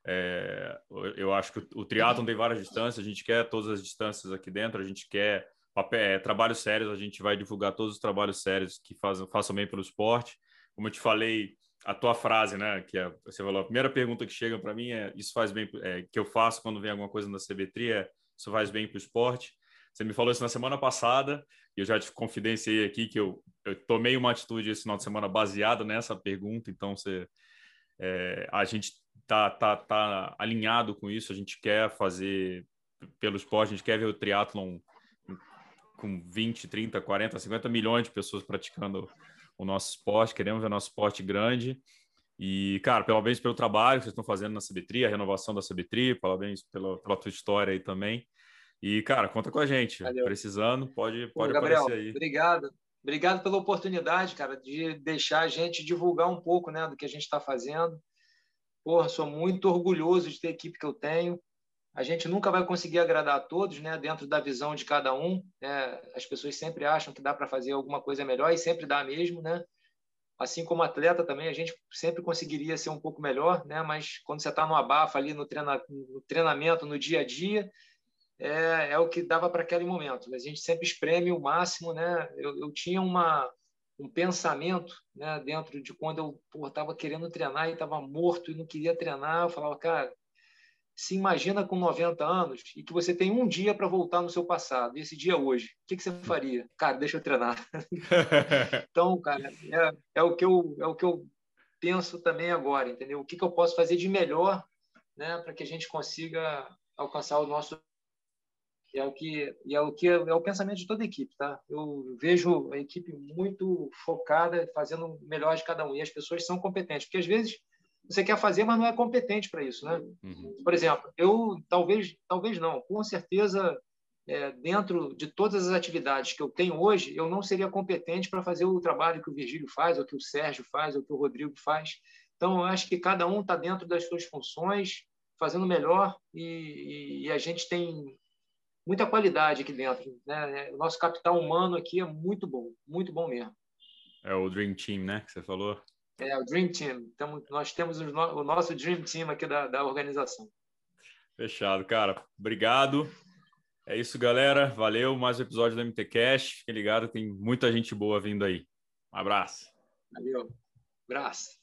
A: Eu acho que o triatlon tem várias distâncias, a gente quer todas as distâncias aqui dentro, a gente quer trabalhos sérios, a gente vai divulgar todos os trabalhos sérios que façam bem pelo esporte. Como eu te falei, a tua frase, né, você falou, a primeira pergunta que chega para mim é isso faz bem, que eu faço quando vem alguma coisa na CB3, isso faz bem para o esporte. Você me falou isso na semana passada e eu já te confidenciei aqui que eu tomei uma atitude esse final de semana baseada nessa pergunta, então a gente tá alinhado com isso, a gente quer fazer pelo esporte, a gente quer ver o triatlon com 20, 30, 40, 50 milhões de pessoas praticando o nosso esporte, queremos ver o nosso esporte grande. E, cara, parabéns pelo trabalho que vocês estão fazendo na CB3, a renovação da CB3, parabéns pela tua história aí também. E, cara, conta com a gente.
B: Valeu.
A: Precisando,
B: Pô,
A: pode
B: Gabriel,
A: aparecer aí.
B: obrigado. Obrigado pela oportunidade, cara, de deixar a gente divulgar um pouco, né, do que a gente está fazendo. Porra, sou muito orgulhoso de ter a equipe que eu tenho. A gente nunca vai conseguir agradar a todos, né, dentro da visão de cada um. Né? As pessoas sempre acham que dá para fazer alguma coisa melhor e sempre dá mesmo, né? Assim como atleta também, a gente sempre conseguiria ser um pouco melhor, né? Mas quando você está no abafa ali no treinamento, no dia a dia, é o que dava para aquele momento. A gente sempre espreme o máximo, né? Eu tinha um pensamento, né, dentro de quando eu estava querendo treinar e estava morto e não queria treinar. Eu falava, cara, se imagina com 90 anos e que você tem um dia para voltar no seu passado, e esse dia é hoje, o que você faria? Cara, deixa eu treinar. Então, cara, é o que eu penso também agora, entendeu? O que eu posso fazer de melhor, né, para que a gente consiga alcançar o nosso é o pensamento de toda a equipe, tá? Eu vejo a equipe muito focada, fazendo o melhor de cada um, e as pessoas são competentes, porque às vezes você quer fazer, mas não é competente para isso, né?
A: Uhum.
B: Por exemplo, eu talvez não, com certeza, dentro de todas as atividades que eu tenho hoje, eu não seria competente para fazer o trabalho que o Virgílio faz, ou que o Sérgio faz, ou que o Rodrigo faz. Então, eu acho que cada um está dentro das suas funções, fazendo melhor, e a gente tem muita qualidade aqui dentro, né? O nosso capital humano aqui é muito bom mesmo.
A: É o Dream Team, né, que você falou?
B: É o Dream Team. Então, nós temos o nosso Dream Team aqui da organização.
A: Fechado, cara. Obrigado. É isso, galera. Valeu. Mais um episódio do MT Cash. Fique ligado, tem muita gente boa vindo aí. Um abraço.
B: Valeu. Abraço.